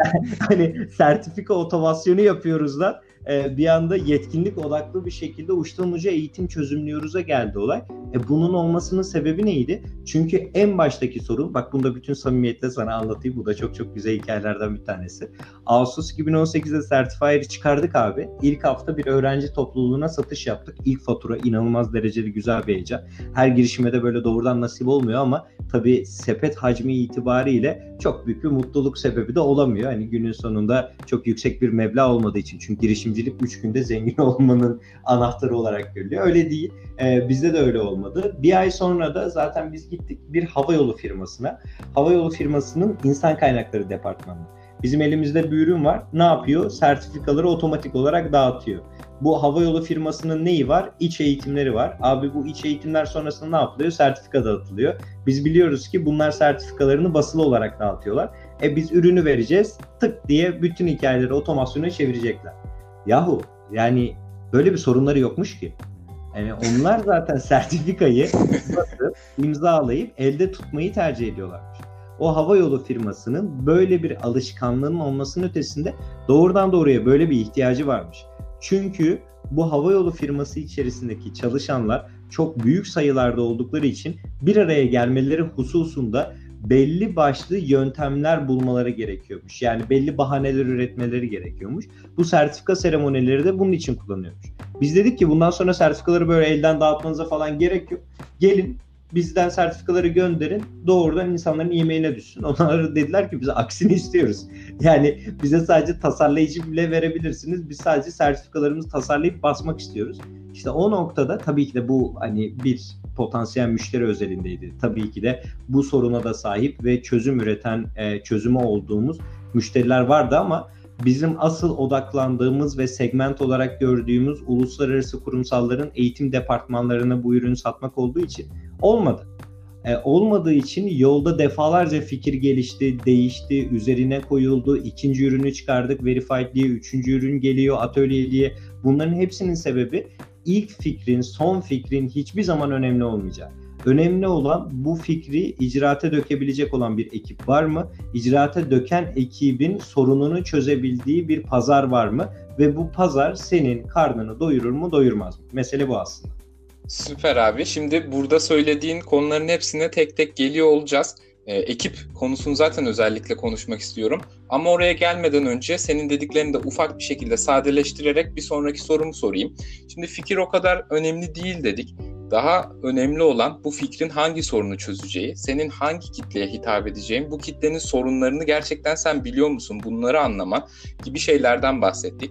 Speaker 2: hani sertifika otomasyonu yapıyoruz da bir anda yetkinlik odaklı bir şekilde uçtan uca eğitim çözümlüyoruz'a geldi olay. Bunun olmasının sebebi neydi? Çünkü en baştaki sorun, bak bunu da bütün samimiyetle sana anlatayım. Bu da çok çok güzel hikayelerden bir tanesi. Ağustos 2018'de Certifier'i çıkardık abi. İlk hafta bir öğrenci topluluğuna satış yaptık. İlk fatura inanılmaz dereceli güzel bir heyecan. Her girişime de böyle doğrudan nasip olmuyor ama tabii sepet hacmi itibariyle çok büyük bir mutluluk sebebi de olamıyor. Hani günün sonunda çok yüksek bir meblağ olmadığı için. Çünkü girişimcilik 3 günde zengin olmanın anahtarı olarak görülüyor. Öyle değil. Bizde de öyle olmadı. Bir ay sonra da zaten biz gittik bir havayolu firmasına. Havayolu firmasının insan kaynakları departmanına. Bizim elimizde bir ürün var. Ne yapıyor? Sertifikaları otomatik olarak dağıtıyor. Bu havayolu firmasının neyi var? İç eğitimleri var. Abi bu iç eğitimler sonrasında ne yapılıyor? Sertifika dağıtılıyor. Biz biliyoruz ki bunlar sertifikalarını basılı olarak dağıtıyorlar. Biz ürünü vereceğiz. Tık diye bütün hikayeleri otomasyona çevirecekler. Yahu yani böyle bir sorunları yokmuş ki. Yani onlar zaten sertifikayı basıp imzalayıp elde tutmayı tercih ediyorlarmış. O havayolu firmasının böyle bir alışkanlığının olmasının ötesinde doğrudan doğruya böyle bir ihtiyacı varmış. Çünkü bu havayolu firması içerisindeki çalışanlar çok büyük sayılarda oldukları için bir araya gelmeleri hususunda belli başlı yöntemler bulmaları gerekiyormuş. Yani belli bahaneler üretmeleri gerekiyormuş. Bu sertifika seremonileri de bunun için kullanıyormuş. Biz dedik ki bundan sonra sertifikaları böyle elden dağıtmanıza falan gerek yok. Gelin bizden sertifikaları gönderin, doğrudan insanların e-mailine düşsün. Onlar dediler ki biz aksini istiyoruz. Yani bize sadece tasarlayıcı bile verebilirsiniz. Biz sadece sertifikalarımızı tasarlayıp basmak istiyoruz. İşte o noktada tabii ki de bu hani bir potansiyel müşteri özelindeydi. Tabii ki de bu soruna da sahip ve çözüm üreten, çözümü olduğumuz müşteriler vardı ama bizim asıl odaklandığımız ve segment olarak gördüğümüz uluslararası kurumsalların eğitim departmanlarına bu ürünü satmak olduğu için olmadı. Olmadığı için yolda defalarca fikir gelişti, değişti, üzerine koyuldu, ikinci ürünü çıkardık, verified diye, üçüncü ürün geliyor, atölye diye. Bunların hepsinin sebebi ilk fikrin, son fikrin hiçbir zaman önemli olmayacak. Önemli olan bu fikri icraata dökebilecek olan bir ekip var mı? İcraata döken ekibin sorununu çözebildiği bir pazar var mı? Ve bu pazar senin karnını doyurur mu, doyurmaz mı? Mesele bu aslında.
Speaker 1: Süper abi. Şimdi burada söylediğin konuların hepsine tek tek geliyor olacağız. Ekip konusunu zaten özellikle konuşmak istiyorum. Ama oraya gelmeden önce senin dediklerini de ufak bir şekilde sadeleştirerek bir sonraki sorumu sorayım. Şimdi fikir o kadar önemli değil dedik. Daha önemli olan bu fikrin hangi sorunu çözeceği, senin hangi kitleye hitap edeceğin, bu kitlenin sorunlarını gerçekten sen biliyor musun, bunları anlama gibi şeylerden bahsettik.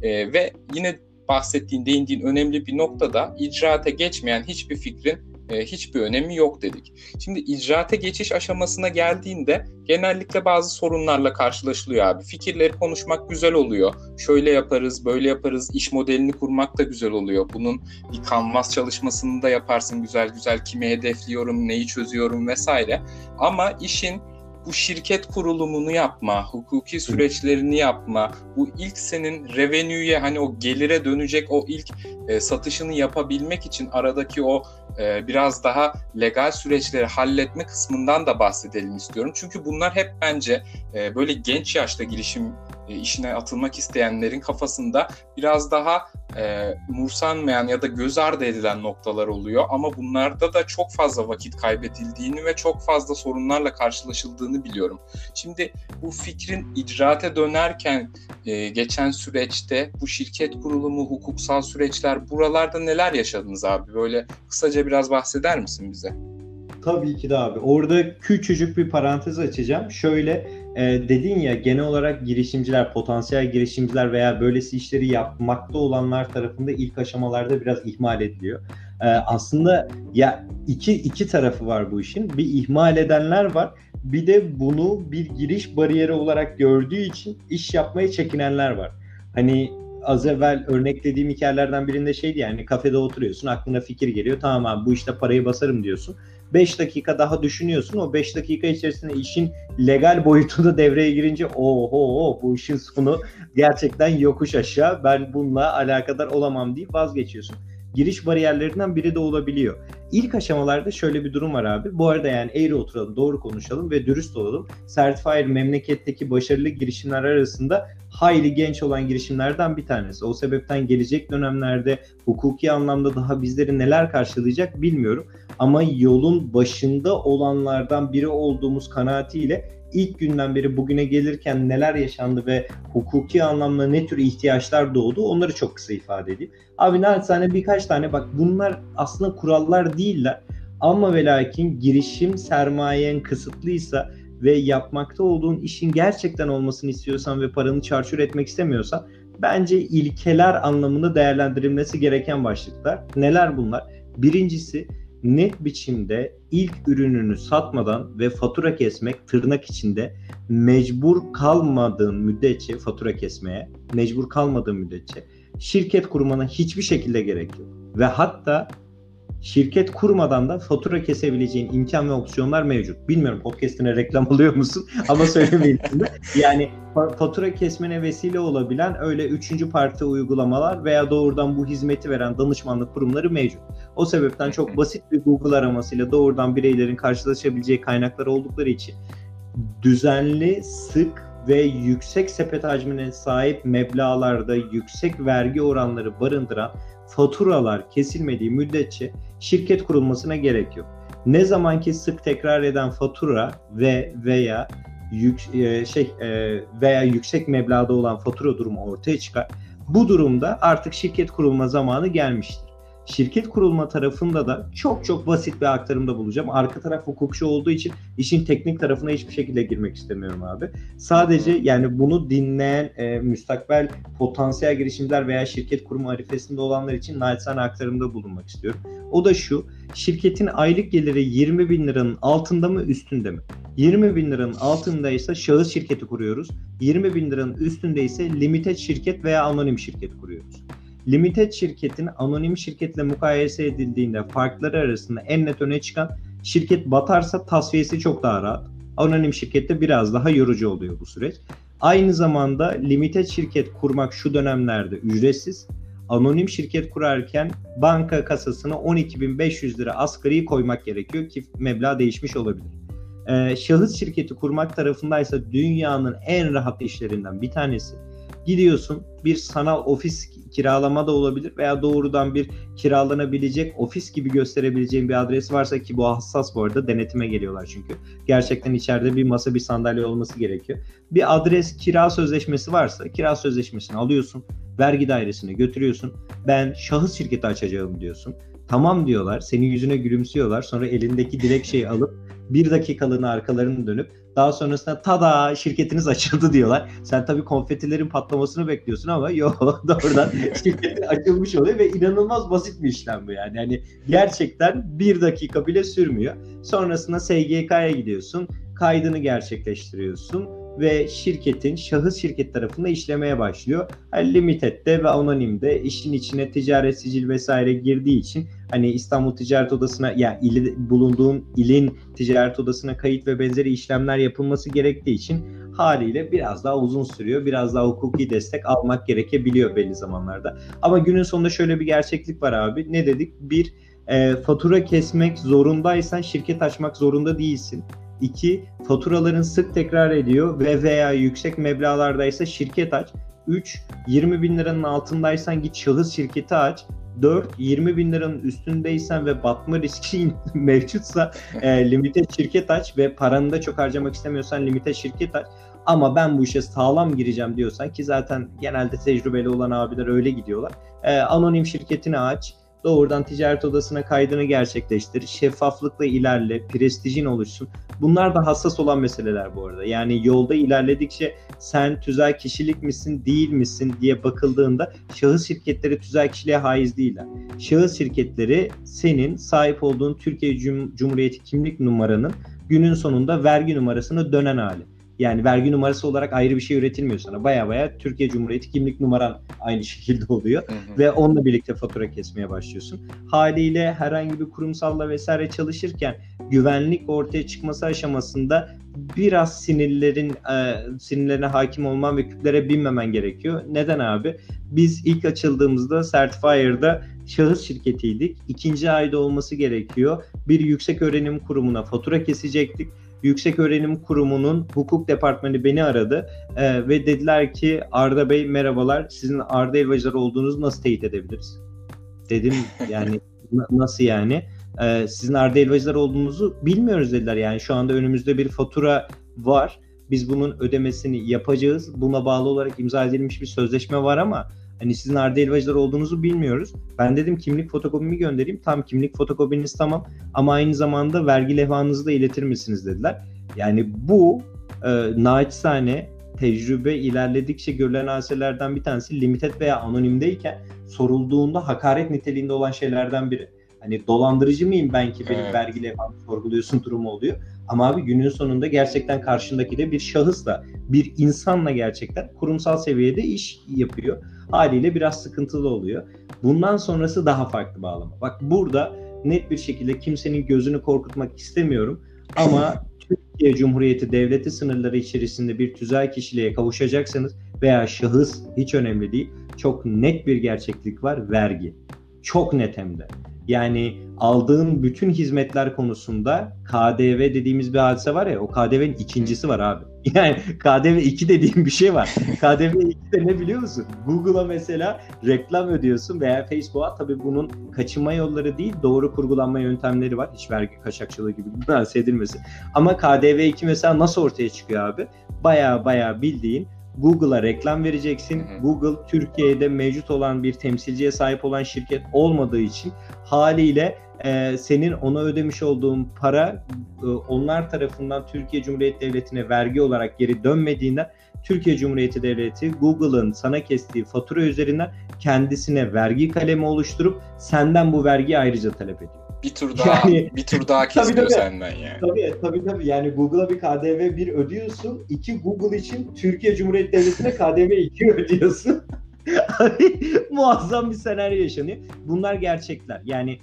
Speaker 1: Ve yine değindiğin önemli bir noktada icraata geçmeyen hiçbir fikrin hiçbir önemi yok dedik. Şimdi icraata geçiş aşamasına geldiğinde genellikle bazı sorunlarla karşılaşılıyor abi. Fikirleri konuşmak güzel oluyor. Şöyle yaparız, böyle yaparız. İş modelini kurmak da güzel oluyor. Bunun bir kanvas çalışmasını da yaparsın güzel güzel. Kimi hedefliyorum, neyi çözüyorum vesaire. Ama işin bu şirket kurulumunu yapma, hukuki süreçlerini yapma, bu ilk senin revenue'ye hani o gelire dönecek o ilk satışını yapabilmek için aradaki o biraz daha legal süreçleri halletme kısmından da bahsedelim istiyorum. Çünkü bunlar hep bence böyle genç yaşta girişim işine atılmak isteyenlerin kafasında biraz daha umursanmayan ya da göz ardı edilen noktalar oluyor. Ama bunlarda da çok fazla vakit kaybedildiğini ve çok fazla sorunlarla karşılaşıldığını biliyorum. Şimdi bu fikrin icraate dönerken geçen süreçte bu şirket kurulumu, hukuksal süreçler, buralarda neler yaşadınız abi? Böyle kısaca biraz bahseder misin bize?
Speaker 2: Tabii ki de abi. Orada küçücük bir parantez açacağım. Şöyle dedin ya, genel olarak girişimciler, potansiyel girişimciler veya böylesi işleri yapmakta olanlar tarafında ilk aşamalarda biraz ihmal ediliyor. Aslında ya iki tarafı var bu işin. Bir ihmal edenler var. Bir de bunu bir giriş bariyeri olarak gördüğü için iş yapmaya çekinenler var. Hani az evvel örneklediğim hikayelerden birinde şeydi, yani kafede oturuyorsun, aklına fikir geliyor. Tamam abi, bu işte parayı basarım diyorsun. 5 dakika daha düşünüyorsun. O 5 dakika içerisinde işin legal boyutu da devreye girince oho, bu işin sonu gerçekten yokuş aşağı. Ben bununla alakadar olamam deyip vazgeçiyorsun. Giriş bariyerlerinden biri de olabiliyor. İlk aşamalarda şöyle bir durum var abi. Bu arada yani eğri oturalım, doğru konuşalım ve dürüst olalım. Certifier memleketteki başarılı girişimler arasında hayli genç olan girişimlerden bir tanesi. O sebepten gelecek dönemlerde hukuki anlamda daha bizleri neler karşılayacak bilmiyorum. Ama yolun başında olanlardan biri olduğumuz kanaatiyle ilk günden beri bugüne gelirken neler yaşandı ve hukuki anlamda ne tür ihtiyaçlar doğdu, onları çok kısa ifade edeyim. Abi naçizane birkaç tane, bak bunlar aslında kurallar değiller ama ve lakin girişim sermayen kısıtlıysa ve yapmakta olduğun işin gerçekten olmasını istiyorsan ve paranı çarçur etmek istemiyorsan bence ilkeler anlamında değerlendirilmesi gereken başlıklar. Neler bunlar? Birincisi, net biçimde ilk ürününü satmadan ve fatura kesmek, tırnak içinde mecbur kalmadığın müddetçe fatura kesmeye, mecbur kalmadığın müddetçe şirket kurmana hiçbir şekilde gerek yok. Ve hatta şirket kurmadan da fatura kesebileceğin imkan ve opsiyonlar mevcut. Bilmiyorum podcast'ine reklam alıyor musun ama söylemeyeyim şimdi. Yani fatura kesmene vesile olabilen öyle üçüncü parti uygulamalar veya doğrudan bu hizmeti veren danışmanlık kurumları mevcut. O sebepten çok basit bir Google aramasıyla doğrudan bireylerin karşılaşabileceği kaynaklar oldukları için düzenli, sık ve yüksek sepet hacmine sahip meblağlarda yüksek vergi oranları barındıran faturalar kesilmediği müddetçe şirket kurulmasına gerek yok. Ne zamanki sık tekrar eden fatura veya yüksek meblağda olan fatura durumu ortaya çıkar, Bu durumda artık şirket kurulma zamanı gelmiştir. Şirket kurulma tarafında da çok çok basit bir aktarımda bulacağım. Arka taraf hukukçu olduğu için işin teknik tarafına hiçbir şekilde girmek istemiyorum abi. Sadece yani bunu dinleyen müstakbel potansiyel girişimciler veya şirket kurma arifesinde olanlar için naçizane aktarımda bulunmak istiyorum. O da şu: şirketin aylık geliri 20 bin liranın altında mı üstünde mi? 20 bin liranın altındaysa şahıs şirketi kuruyoruz. 20 bin liranın üstündeyse limited şirket veya anonim şirket kuruyoruz. Limited şirketin anonim şirketle mukayese edildiğinde farkları arasında en net öne çıkan, şirket batarsa tasfiyesi çok daha rahat. Anonim şirkette biraz daha yorucu oluyor bu süreç. Aynı zamanda limited şirket kurmak şu dönemlerde ücretsiz. Anonim şirket kurarken banka kasasına 12.500 lira asgari koymak gerekiyor ki meblağ değişmiş olabilir. Şahıs şirketi kurmak tarafındaysa dünyanın en rahat işlerinden bir tanesi. Gidiyorsun, bir sanal ofis kiralama da olabilir veya doğrudan bir kiralanabilecek ofis gibi gösterebileceğin bir adres varsa, ki bu hassas bu arada, denetime geliyorlar çünkü. Gerçekten içeride bir masa bir sandalye olması gerekiyor. Bir adres kira sözleşmesi varsa kira sözleşmesini alıyorsun, vergi dairesine götürüyorsun. Ben şahıs şirketi açacağım diyorsun. Tamam diyorlar, senin yüzüne gülümsüyorlar, sonra elindeki dilekçeyi alıp bir dakikalığına arkalarını dönüp daha sonrasında tada şirketiniz açıldı diyorlar. Sen tabii konfetilerin patlamasını bekliyorsun ama yok, doğrudan şirketin açılmış oluyor ve inanılmaz basit bir işlem bu yani. Yani gerçekten bir dakika bile sürmüyor. Sonrasında SGK'ya gidiyorsun, kaydını gerçekleştiriyorsun ve şirketin şahıs şirket tarafında işlemeye başlıyor. Yani limited'de ve anonimde işin içine ticaret sicil vesaire girdiği için hani İstanbul Ticaret Odası'na, yani bulunduğun ilin ticaret odasına kayıt ve benzeri işlemler yapılması gerektiği için haliyle biraz daha uzun sürüyor. Biraz daha hukuki destek almak gerekebiliyor belli zamanlarda. Ama günün sonunda şöyle bir gerçeklik var abi. Ne dedik? Bir, fatura kesmek zorundaysan şirket açmak zorunda değilsin. 2. Faturaların sık tekrar ediyor ve veya yüksek meblağlardaysa şirket aç. 3. 20 bin liranın altındaysan git şahıs şirketi aç. 4. 20 bin liranın üstündeysen ve batma riski mevcutsa limited şirket aç ve paranı da çok harcamak istemiyorsan limited şirket aç. Ama ben bu işe sağlam gireceğim diyorsan, ki zaten genelde tecrübeli olan abiler öyle gidiyorlar. Anonim şirketini aç. Doğrudan ticaret odasına kaydını gerçekleştir. Şeffaflıkla ilerle, prestijin oluşsun. Bunlar da hassas olan meseleler bu arada. Yani yolda ilerledikçe sen tüzel kişilik misin, değil misin diye bakıldığında şahıs şirketleri tüzel kişiliğe haiz değiller. Şahıs şirketleri senin sahip olduğun Türkiye Cumhuriyeti kimlik numaranın günün sonunda vergi numarasına dönen hali. Yani vergi numarası olarak ayrı bir şey üretilmiyor sana. Baya Türkiye Cumhuriyeti kimlik numaran aynı şekilde oluyor. Ve onunla birlikte fatura kesmeye başlıyorsun. Haliyle herhangi bir kurumsalla vesaire çalışırken güvenlik ortaya çıkması aşamasında biraz sinirlerine hakim olman ve küplere binmemen gerekiyor. Neden abi? Biz ilk açıldığımızda Certifier'da şahıs şirketiydik. 2. ayda olması gerekiyor. Bir yüksek öğrenim kurumuna fatura kesecektik. Yüksek Öğrenim Kurumu'nun hukuk departmanı beni aradı ve dediler ki Arda Bey merhabalar, sizin Arda Elvacılar olduğunuzu nasıl teyit edebiliriz? Dedim yani nasıl yani? Sizin Arda Elvacılar olduğunuzu bilmiyoruz dediler. Yani şu anda önümüzde bir fatura var. Biz bunun ödemesini yapacağız. Buna bağlı olarak imza edilmiş bir sözleşme var ama hani sizin Arda Elvacılar olduğunuzu bilmiyoruz. Ben dedim kimlik fotokopimi göndereyim. Tam kimlik fotokopiniz tamam ama aynı zamanda vergi levhanızı da iletir misiniz dediler. Yani bu naçizane tecrübe ilerledikçe görülen hadiselerden bir tanesi. Limited veya anonimdeyken sorulduğunda hakaret niteliğinde olan şeylerden biri. Hani dolandırıcı mıyım ben ki benim vergi levhamı sorguluyorsun durumu oluyor. Ama abi günün sonunda gerçekten karşındaki de bir şahısla, bir insanla gerçekten kurumsal seviyede iş yapıyor. Haliyle biraz sıkıntılı oluyor. Bundan sonrası daha farklı bağlama. Bak burada net bir şekilde kimsenin gözünü korkutmak istemiyorum ama Türkiye Cumhuriyeti Devleti sınırları içerisinde bir tüzel kişiliğe kavuşacaksanız veya şahıs hiç önemli değil. Çok net bir gerçeklik var: vergi. Çok net hem de. Yani aldığın bütün hizmetler konusunda KDV dediğimiz bir hadise var ya, o KDV'nin ikincisi var abi. Yani KDV 2 dediğim bir şey var. KDV 2 de ne biliyor musun? Google'a mesela reklam ödüyorsun veya Facebook'a, tabii bunun kaçınma yolları değil, doğru kurgulanma yöntemleri var. Hiç vergi kaçakçılığı gibi bahsedilmesin. Ama KDV 2 mesela nasıl ortaya çıkıyor abi? Baya bildiğin Google'a reklam vereceksin. Google Türkiye'de mevcut olan bir temsilciye sahip olan şirket olmadığı için haliyle senin ona ödemiş olduğun para onlar tarafından Türkiye Cumhuriyeti Devleti'ne vergi olarak geri dönmediğinden Türkiye Cumhuriyeti Devleti Google'ın sana kestiği fatura üzerinden kendisine vergi kalemi oluşturup senden bu vergiyi ayrıca talep ediyor.
Speaker 1: Bir tur daha kesiyor senden yani.
Speaker 2: Tabii. Yani Google'a bir KDV 1 ödüyorsun. 2 Google için Türkiye Cumhuriyeti Devleti'ne KDV 2 ödüyorsun. Muazzam bir senaryo yaşanıyor. Bunlar gerçekler. Yani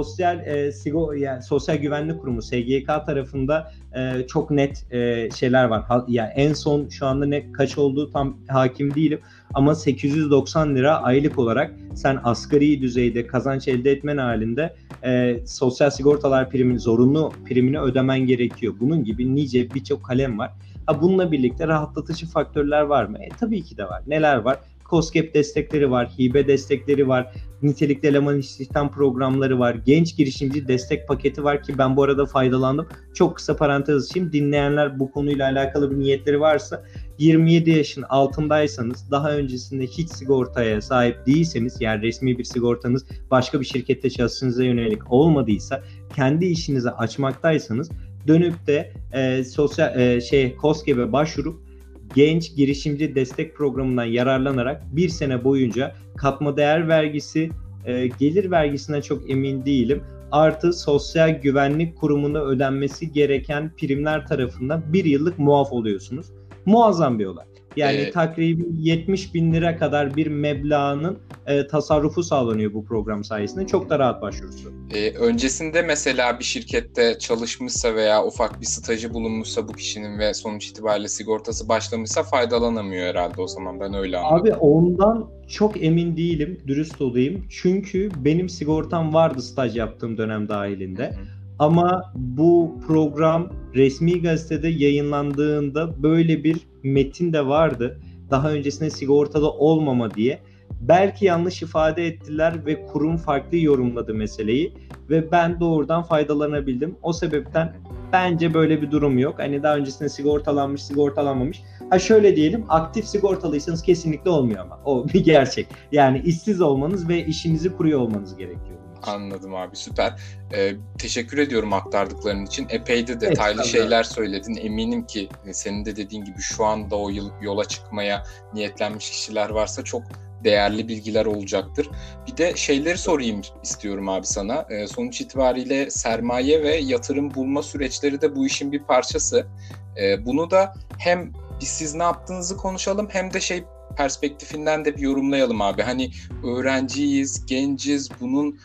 Speaker 2: Sosyal Güvenlik Kurumu SGK tarafında çok net şeyler var. Yani en son şu anda kaç olduğu tam hakim değilim ama 890 lira aylık olarak sen asgari düzeyde kazanç elde etmen halinde sosyal sigortalar zorunlu primini ödemen gerekiyor. Bunun gibi nice birçok kalem var. Bununla birlikte rahatlatıcı faktörler var mı? Tabii ki de var. Neler var? KOSGEB destekleri var, hibe destekleri var, nitelikli eleman istihdam programları var, genç girişimci destek paketi var ki ben bu arada faydalandım. Çok kısa parantez açayım. Dinleyenler bu konuyla alakalı bir niyetleri varsa 27 yaşın altındaysanız, daha öncesinde hiç sigortaya sahip değilseniz, yani resmi bir sigortanız başka bir şirkette çalıştığınıza yönelik olmadıysa, kendi işinizi açmaktaysanız dönüp de KOSGEB'e başvurup genç girişimci destek programından yararlanarak bir sene boyunca katma değer vergisi, gelir vergisinden çok emin değilim, artı Sosyal Güvenlik Kurumu'na ödenmesi gereken primler tarafından bir yıllık muaf oluyorsunuz. Muazzam bir olay. Yani takribi 70 bin lira kadar bir meblağının tasarrufu sağlanıyor bu program sayesinde. Çok da rahat başvurusu.
Speaker 1: Öncesinde mesela bir şirkette çalışmışsa veya ufak bir stajı bulunmuşsa bu kişinin ve sonuç itibariyle sigortası başlamışsa faydalanamıyor herhalde o zaman. Ben öyle anladım.
Speaker 2: Abi ondan çok emin değilim, dürüst olayım. Çünkü benim sigortam vardı staj yaptığım dönem dahilinde. Hı-hı. Ama bu program resmi gazetede yayınlandığında böyle bir metin de vardı. Daha öncesinde sigortada olmama diye. Belki yanlış ifade ettiler ve kurum farklı yorumladı meseleyi ve ben doğrudan faydalanabildim. O sebepten bence böyle bir durum yok. Hani daha öncesinde sigortalanmış, sigortalanmamış. Şöyle diyelim, aktif sigortalıysanız kesinlikle olmuyor ama. O bir gerçek. Yani işsiz olmanız ve işinizi kuruyor olmanız gerekiyor.
Speaker 1: Anladım abi, süper. Teşekkür ediyorum aktardıkların için. Epey de detaylı şeyler söyledin. Eminim ki senin de dediğin gibi şu anda o yola çıkmaya niyetlenmiş kişiler varsa çok değerli bilgiler olacaktır. Bir de şeyleri sorayım istiyorum abi sana. Sonuç itibariyle sermaye ve yatırım bulma süreçleri de bu işin bir parçası. Bunu da hem siz ne yaptığınızı konuşalım hem de perspektifinden de bir yorumlayalım abi. Hani öğrenciyiz, genciz, bunun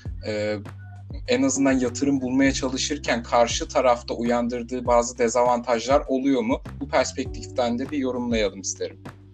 Speaker 1: en azından yatırım bulmaya çalışırken karşı tarafta uyandırdığı bazı dezavantajlar oluyor mu? Bu perspektiften de bir yorumlayalım isterim.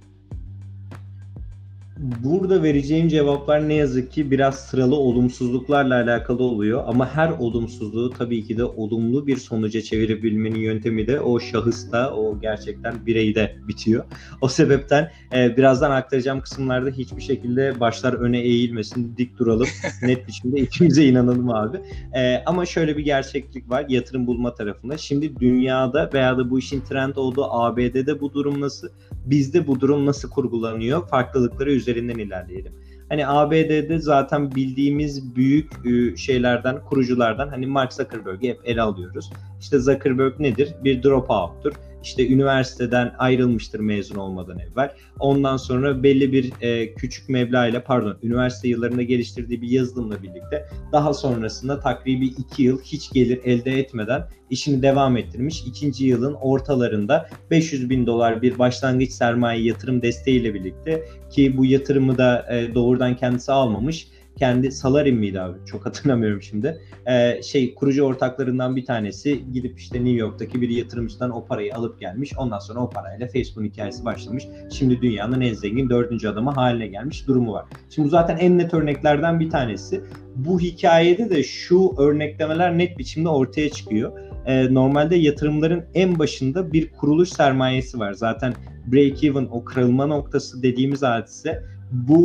Speaker 2: Burada vereceğim cevaplar ne yazık ki biraz sıralı olumsuzluklarla alakalı oluyor. Ama her olumsuzluğu tabii ki de olumlu bir sonuca çevirebilmenin yöntemi de o şahısta, o gerçekten bireyde bitiyor. O sebepten birazdan aktaracağım kısımlarda hiçbir şekilde başlar öne eğilmesin, dik duralım. Net biçimde ikimize inanalım abi. Ama şöyle bir gerçeklik var yatırım bulma tarafında. Şimdi dünyada veya da bu işin trend olduğu ABD'de bu durum nasıl? Bizde bu durum nasıl kurgulanıyor? Farklılıkları üzerinden ilerleyelim. Hani ABD'de zaten bildiğimiz büyük şeylerden, kuruculardan hani Mark Zuckerberg'i hep ele alıyoruz. İşte Zuckerberg nedir? Bir dropout'tur. İşte üniversiteden ayrılmıştır mezun olmadan evvel. Ondan sonra belli bir küçük meblağıyla, üniversite yıllarında geliştirdiği bir yazılımla birlikte daha sonrasında takribi 2 yıl hiç gelir elde etmeden işini devam ettirmiş. 2. yılın ortalarında $500,000 bir başlangıç sermaye yatırım desteğiyle birlikte, ki bu yatırımı da doğrudan kendisi almamış. Kendi Salarim miydi abi? Çok hatırlamıyorum şimdi. Kurucu ortaklarından bir tanesi gidip işte New York'taki bir yatırımcıdan o parayı alıp gelmiş. Ondan sonra o parayla Facebook'un hikayesi başlamış. Şimdi dünyanın en zengin 4. adamı haline gelmiş durumu var. Şimdi bu zaten en net örneklerden bir tanesi. Bu hikayede de şu örneklemeler net biçimde ortaya çıkıyor. Normalde yatırımların en başında bir kuruluş sermayesi var. Zaten break-even, o kırılma noktası dediğimiz hadise, bu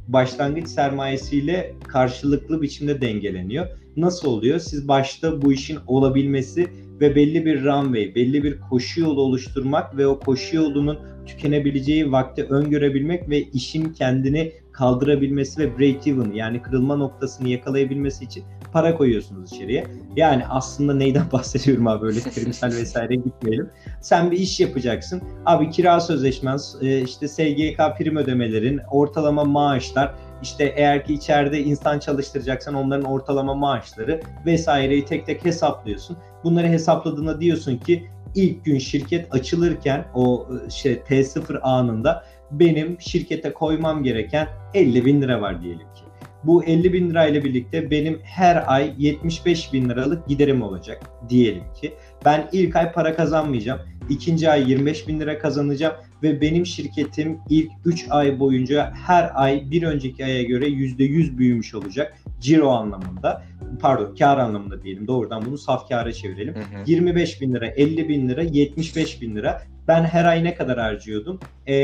Speaker 2: başlangıç sermayesiyle karşılıklı biçimde dengeleniyor. Nasıl oluyor? Siz başta bu işin olabilmesi ve belli bir runway, belli bir koşu yolu oluşturmak ve o koşu yolunun tükenebileceği vakti öngörebilmek ve işin kendini kaldırabilmesi ve break even, yani kırılma noktasını yakalayabilmesi için para koyuyorsunuz içeriye. Yani aslında neyden bahsediyorum abi, öyle terimsel vesaire gitmeyelim. Sen bir iş yapacaksın. Abi kira sözleşmen, işte SGK prim ödemelerin, ortalama maaşlar, işte eğer ki içeride insan çalıştıracaksan onların ortalama maaşları vesaireyi tek tek hesaplıyorsun. Bunları hesapladığında diyorsun ki ilk gün şirket açılırken o T0 anında benim şirkete koymam gereken 50 bin lira var diyelim ki. Bu 50 bin lirayla birlikte benim her ay 75 bin liralık giderim olacak diyelim ki. Ben ilk ay para kazanmayacağım. İkinci ay 25 bin lira kazanacağım ve benim şirketim ilk 3 ay boyunca her ay bir önceki aya göre %100 büyümüş olacak. Ciro anlamında, pardon kar anlamında diyelim, doğrudan bunu saf kâra çevirelim. 25 bin lira, 50 bin lira, 75 bin lira. Ben her ay ne kadar harcıyordum?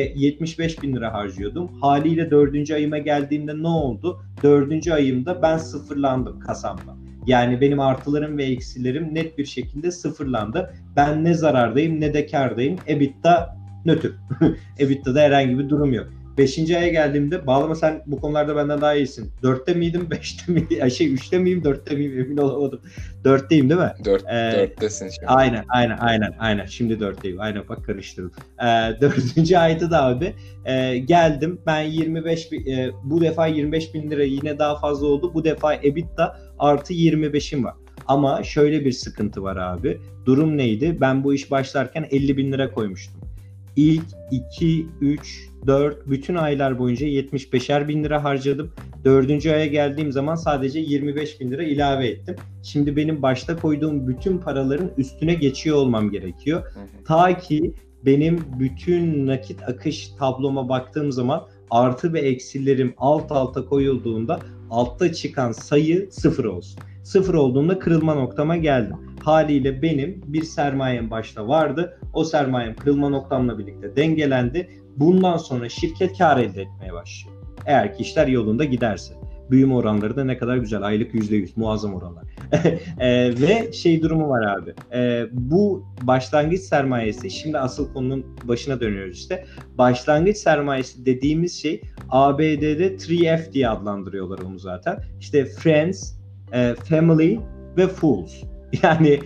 Speaker 2: 75 bin lira harcıyordum. Haliyle 4. ayıma geldiğimde ne oldu? 4. ayımda ben sıfırlandım kasamda. Yani benim artılarım ve eksilerim net bir şekilde sıfırlandı. Ben ne zarardayım ne de kârdayım. EBITDA nötr. EBITDA'da herhangi bir durum yok. 5. aya geldiğimde, bağlama sen bu konularda benden daha iyisin. 4'te miydim, 5'te miydim? 3'te miyim, 4'te miyim emin olamadım. 4'teyim değil mi?
Speaker 1: 4'tesin şimdi.
Speaker 2: Aynen. Şimdi 4'teyim. Aynen, bak karıştırdım. 4. ayda da abi geldim. Ben 25 bu defa 25 bin lira yine daha fazla oldu. Bu defa EBITDA artı 25'im var. Ama şöyle bir sıkıntı var abi. Durum neydi? Ben bu iş başlarken 50 bin lira koymuştum. İlk 2, 3, 4 bütün aylar boyunca 75'er bin lira harcadım. 4. aya geldiğim zaman sadece 25 bin lira ilave ettim. Şimdi benim başta koyduğum bütün paraların üstüne geçiyor olmam gerekiyor. Ta ki benim bütün nakit akış tabloma baktığım zaman artı ve eksilerim alt alta koyulduğunda altta çıkan sayı 0 olsun. 0 olduğunda kırılma noktama geldim. Haliyle benim bir sermayem başta vardı. O sermayem kırılma noktamla birlikte dengelendi. Bundan sonra şirket kar elde etmeye başlıyor. Eğer ki işler yolunda giderse. Büyüme oranları da ne kadar güzel. Aylık %100 muazzam oranlar. Ve durumu var abi. Bu başlangıç sermayesi, şimdi asıl konunun başına dönüyoruz işte. Başlangıç sermayesi dediğimiz şey ABD'de 3F diye adlandırıyorlar onu zaten. İşte Friends, Family ve Fools. Yani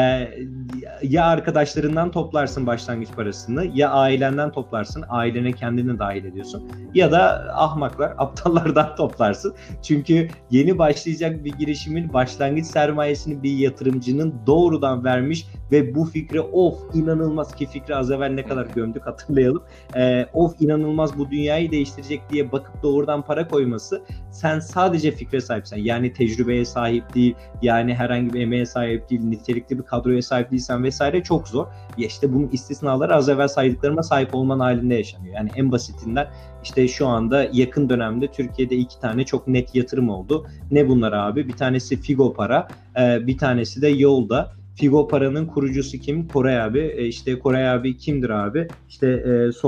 Speaker 2: ya arkadaşlarından toplarsın başlangıç parasını, ya ailenden toplarsın, ailene kendini dahil ediyorsun, ya da ahmaklar, aptallardan toplarsın. Çünkü yeni başlayacak bir girişimin başlangıç sermayesini bir yatırımcının doğrudan vermiş ve bu fikre inanılmaz ki fikri az evvel ne kadar gömdük hatırlayalım. İnanılmaz bu dünyayı değiştirecek diye bakıp doğrudan para koyması, sen sadece fikre sahipsen, yani tecrübeye sahip değil, yani herhangi bir emeğe sahip değil, nitelikli bir kadroya sahip değilsen vesaire çok zor. Ya işte bunun istisnaları az evvel saydıklarıma sahip olman halinde yaşanıyor. Yani en basitinden işte şu anda yakın dönemde Türkiye'de 2 tane çok net yatırım oldu. Ne bunlar abi? Bir tanesi Figo Para, bir tanesi de Yolda. Figo Para'nın kurucusu kim? Koray abi. İşte Koray abi kimdir abi? İşte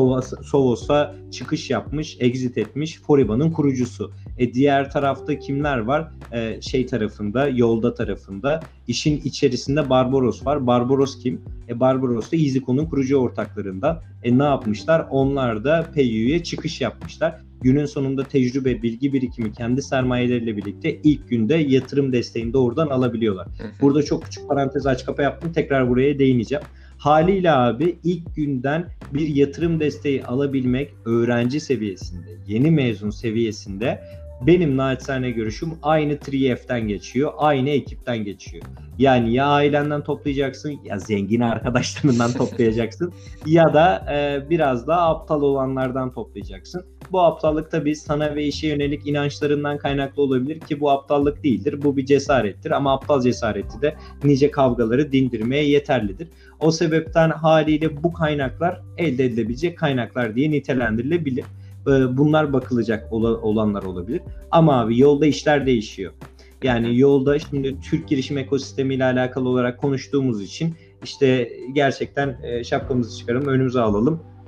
Speaker 2: Sovos'a çıkış yapmış, exit etmiş Foriba'nın kurucusu. Diğer tarafta kimler var? Tarafında, Yolda tarafında. İşin içerisinde Barbaros var. Barbaros kim? Barbaros da EasyCo'nun kurucu ortaklarından. Ne yapmışlar? Onlar da PayU'ya çıkış yapmışlar. Günün sonunda tecrübe, bilgi birikimi, kendi sermayeleriyle birlikte ilk günde yatırım desteğini de oradan alabiliyorlar. Burada çok küçük parantez aç kapa yaptım. Tekrar buraya değineceğim. Haliyle abi ilk günden bir yatırım desteği alabilmek öğrenci seviyesinde, yeni mezun seviyesinde benim naçizane görüşüm aynı 3F'den geçiyor, aynı ekipten geçiyor. Yani ya ailenden toplayacaksın, ya zengin arkadaşlarından toplayacaksın ya da biraz daha aptal olanlardan toplayacaksın. Bu aptallık tabii sana ve işe yönelik inançlarından kaynaklı olabilir ki bu aptallık değildir. Bu bir cesarettir ama aptal cesareti de nice kavgaları dindirmeye yeterlidir. O sebepten haliyle bu kaynaklar elde edilebilecek kaynaklar diye nitelendirilebilir. Bunlar bakılacak olanlar olabilir. Ama abi yolda işler değişiyor. Yani yolda şimdi Türk girişim ekosistemiyle alakalı olarak konuştuğumuz için işte gerçekten şapkamızı çıkaralım, önümüze alalım.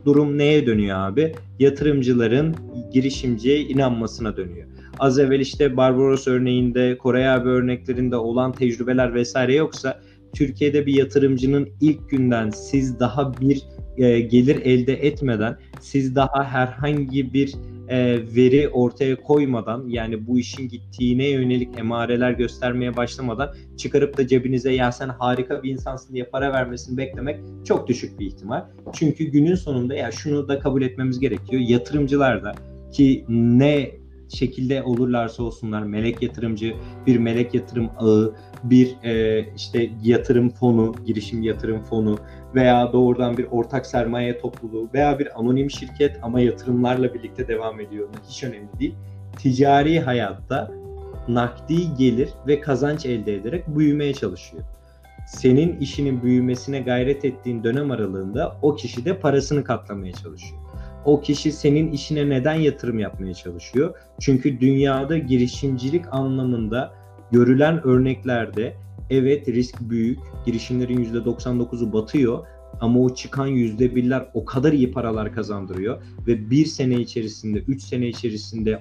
Speaker 2: durum neye dönüyor abi? Yatırımcıların girişimciye inanmasına dönüyor. Az evvel işte Barbaros örneğinde, Koray abi örneklerinde olan tecrübeler vesaire yoksa Türkiye'de bir yatırımcının ilk günden siz daha bir gelir elde etmeden, siz daha herhangi bir veri ortaya koymadan, yani bu işin gittiğine yönelik emareler göstermeye başlamadan çıkarıp da cebinize ya sen harika bir insansın diye para vermesini beklemek çok düşük bir ihtimal. Çünkü günün sonunda ya şunu da kabul etmemiz gerekiyor. Yatırımcılar da ki ne şekilde olurlarsa olsunlar, melek yatırımcı, bir melek yatırım ağı, bir işte yatırım fonu, girişim yatırım fonu veya doğrudan bir ortak sermaye topluluğu veya bir anonim şirket ama yatırımlarla birlikte devam ediyor. Hiç önemli değil. Ticari hayatta nakdi gelir ve kazanç elde ederek büyümeye çalışıyor. Senin işinin büyümesine gayret ettiğin dönem aralığında o kişi de parasını katlamaya çalışıyor. O kişi senin işine neden yatırım yapmaya çalışıyor? Çünkü dünyada girişimcilik anlamında görülen örneklerde evet risk büyük, girişimlerin %99'u batıyor ama o çıkan %1'ler o kadar iyi paralar kazandırıyor ve bir sene içerisinde, 3 sene içerisinde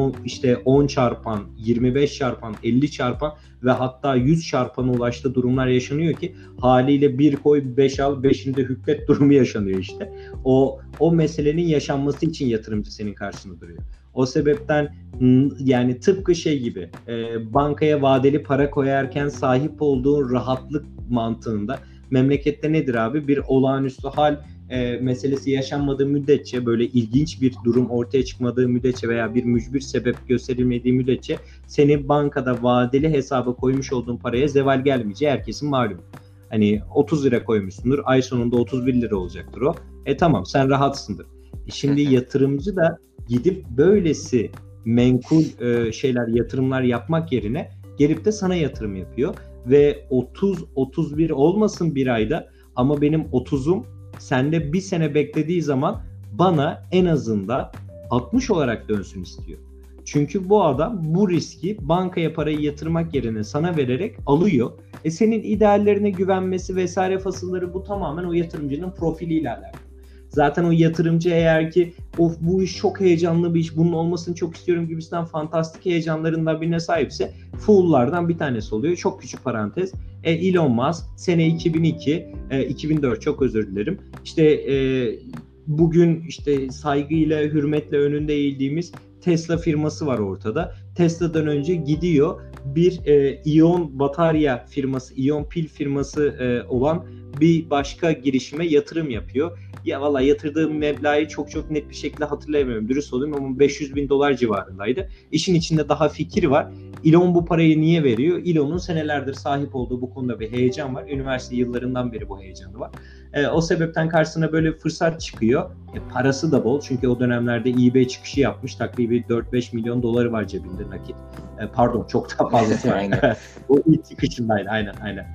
Speaker 2: 10 çarpan, 25 çarpan, 50 çarpan ve hatta 100 çarpana ulaştığı durumlar yaşanıyor ki haliyle bir koy 5 al, 5'inde hükmet durumu yaşanıyor işte. O meselenin yaşanması için yatırımcı senin karşında duruyor. O sebepten yani tıpkı şey gibi bankaya vadeli para koyarken sahip olduğun rahatlık mantığında memlekette nedir abi? Bir olağanüstü hal meselesi yaşanmadığı müddetçe, böyle ilginç bir durum ortaya çıkmadığı müddetçe veya bir mücbir sebep gösterilmediği müddetçe seni bankada vadeli hesaba koymuş olduğun paraya zeval gelmeyeceği herkesin malum. Hani 30 lira koymuşsundur, ay sonunda 31 lira olacaktır o. Tamam sen rahatsındır. Şimdi yatırımcı da gidip böylesi menkul yatırımlar yapmak yerine gelip de sana yatırım yapıyor ve 30-31 olmasın bir ayda ama benim 30'um sende bir sene beklediği zaman bana en azından 60 olarak dönsün istiyor. Çünkü bu adam bu riski bankaya parayı yatırmak yerine sana vererek alıyor. Senin ideallerine güvenmesi vesaire fasılları bu tamamen o yatırımcının profiliyle alakalı. Zaten o yatırımcı eğer ki bu iş çok heyecanlı bir iş, bunun olmasını çok istiyorum gibisinden fantastik heyecanlarından birine sahipse fool'lardan bir tanesi oluyor. Çok küçük parantez. Elon Musk sene 2004 çok özür dilerim. Bugün saygıyla, hürmetle önünde eğildiğimiz Tesla firması var ortada. Tesla'dan önce gidiyor bir iyon batarya firması, iyon pil firması olan bir başka girişime yatırım yapıyor. Ya valla yatırdığım meblağı çok net bir şekilde hatırlayamıyorum. Dürüst olayım ama $500.000 civarındaydı. İşin içinde daha fikir var. Elon bu parayı niye veriyor? Elon'un senelerdir sahip olduğu bu konuda bir heyecan var. Üniversite yıllarından beri bu heyecanı var. O sebepten karşısına böyle bir fırsat çıkıyor. Parası da bol. Çünkü o dönemlerde eBay çıkışı yapmış. Takribi $4-5 milyon var cebinde nakit. Pardon çok daha fazlası var. O ilk çıkışındaydı. Aynen.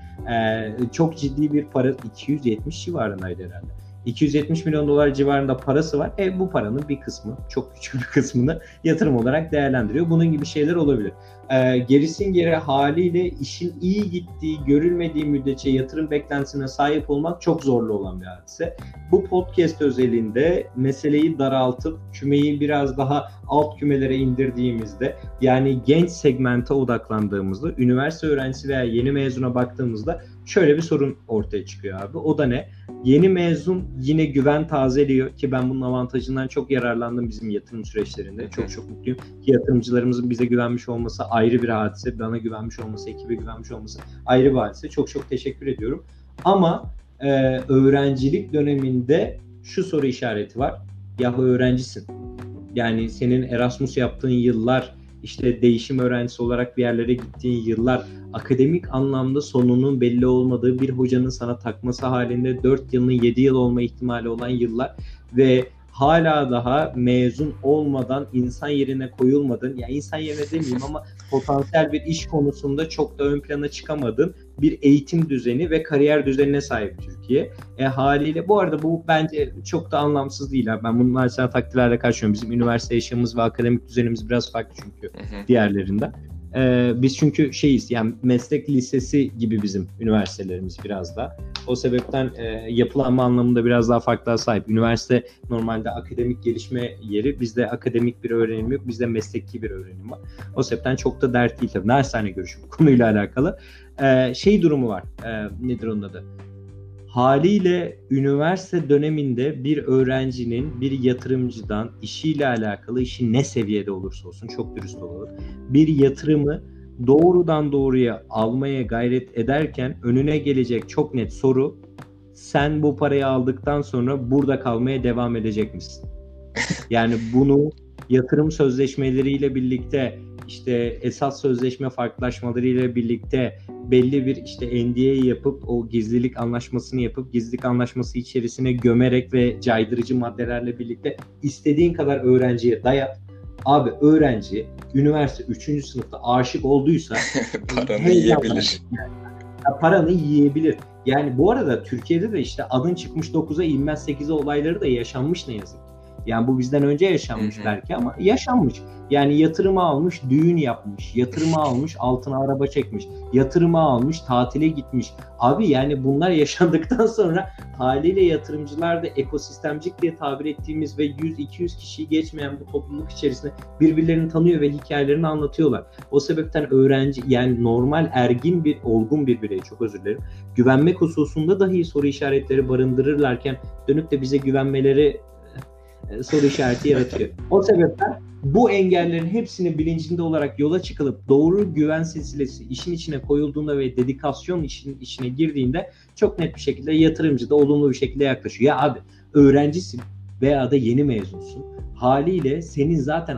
Speaker 2: Çok ciddi bir para. 270 civarındaydı herhalde. $270 milyon civarında parası var. Bu paranın bir kısmı, çok küçük bir kısmını yatırım olarak değerlendiriyor. Bunun gibi şeyler olabilir. Gerisin geri haliyle işin iyi gittiği, görülmediği müddetçe yatırım beklentisine sahip olmak çok zorlu olan bir hadise. Bu podcast özelinde meseleyi daraltıp kümeyi biraz daha alt kümelere indirdiğimizde, yani genç segmente odaklandığımızda, üniversite öğrencisi veya yeni mezuna baktığımızda şöyle bir sorun ortaya çıkıyor abi. O da ne? Yeni mezun yine güven tazeliyor ki ben bunun avantajından çok yararlandım bizim yatırım süreçlerinde. Çok mutluyum ki yatırımcılarımızın bize güvenmiş olması ayrı bir hadise. Bana güvenmiş olması, ekibe güvenmiş olması ayrı bir hadise. Çok teşekkür ediyorum. Ama öğrencilik döneminde şu soru işareti var. Yahu öğrencisin. Yani senin Erasmus yaptığın yıllar, değişim öğrencisi olarak bir yerlere gittiğin yıllar, akademik anlamda sonunun belli olmadığı bir hocanın sana takması halinde 4 yılın 7 yıl olma ihtimali olan yıllar ve hala daha mezun olmadan, insan yerine koyulmadın, yani insan yerine demeyeyim ama potansiyel bir iş konusunda çok da ön plana çıkamadın bir eğitim düzeni ve kariyer düzenine sahip Türkiye. Haliyle bu arada bu bence çok da anlamsız değil. Ben bunun sana takdirlerle karşılıyorum. Bizim üniversite yaşamımız ve akademik düzenimiz biraz farklı çünkü diğerlerinden. Biz çünkü şeyiz, yani meslek lisesi gibi bizim üniversitelerimiz biraz da. O sebepten yapılanma anlamında biraz daha farklılığa sahip. Üniversite normalde akademik gelişme yeri. Bizde akademik bir öğrenim yok. Bizde mesleki bir öğrenim var. O sebepten çok da dert değil tabii. Naçizane görüşüm konuyla alakalı. Şey durumu var. Nedir onun adı? Haliyle üniversite döneminde bir öğrencinin bir yatırımcıdan işiyle alakalı, işi ne seviyede olursa olsun, çok dürüst olalım, bir yatırımı doğrudan doğruya almaya gayret ederken önüne gelecek çok net soru: sen bu parayı aldıktan sonra burada kalmaya devam edecek misin? Yani bunu yatırım sözleşmeleriyle birlikte, işte esas sözleşme farklılaşmalarıyla birlikte belli bir işte NDA yapıp o gizlilik anlaşmasını yapıp gizlilik anlaşması içerisine gömerek ve caydırıcı maddelerle birlikte istediğin kadar öğrenciye dayat. Abi öğrenci üniversite 3. sınıfta aşık olduysa
Speaker 1: paranı yiyebilir.
Speaker 2: Paranı yiyebilir. Yani bu arada Türkiye'de de işte adın çıkmış 9'a inmez 8'e olayları da yaşanmış ne yazık ki. Yani bu bizden önce yaşanmış belki ama yaşanmış. Yani yatırımı almış, düğün yapmış. Yatırımı almış, altına araba çekmiş. Yatırımı almış, tatile gitmiş. Abi yani bunlar yaşandıktan sonra haliyle yatırımcılar da ekosistemcik diye tabir ettiğimiz ve 100-200 kişiyi geçmeyen bu topluluk içerisinde birbirlerini tanıyor ve hikayelerini anlatıyorlar. O sebepten öğrenci, yani normal ergin bir, olgun bir birey, çok özür dilerim, güvenmek hususunda dahi soru işaretleri barındırırlarken dönüp de bize güvenmeleri soru işareti yaratıyor. O sebepten bu engellerin hepsini bilincinde olarak yola çıkılıp doğru güven silsilesi işin içine koyulduğunda ve dedikasyon işin içine girdiğinde çok net bir şekilde yatırımcı da olumlu bir şekilde yaklaşıyor. Ya abi öğrencisin veya da yeni mezunsun. Haliyle senin zaten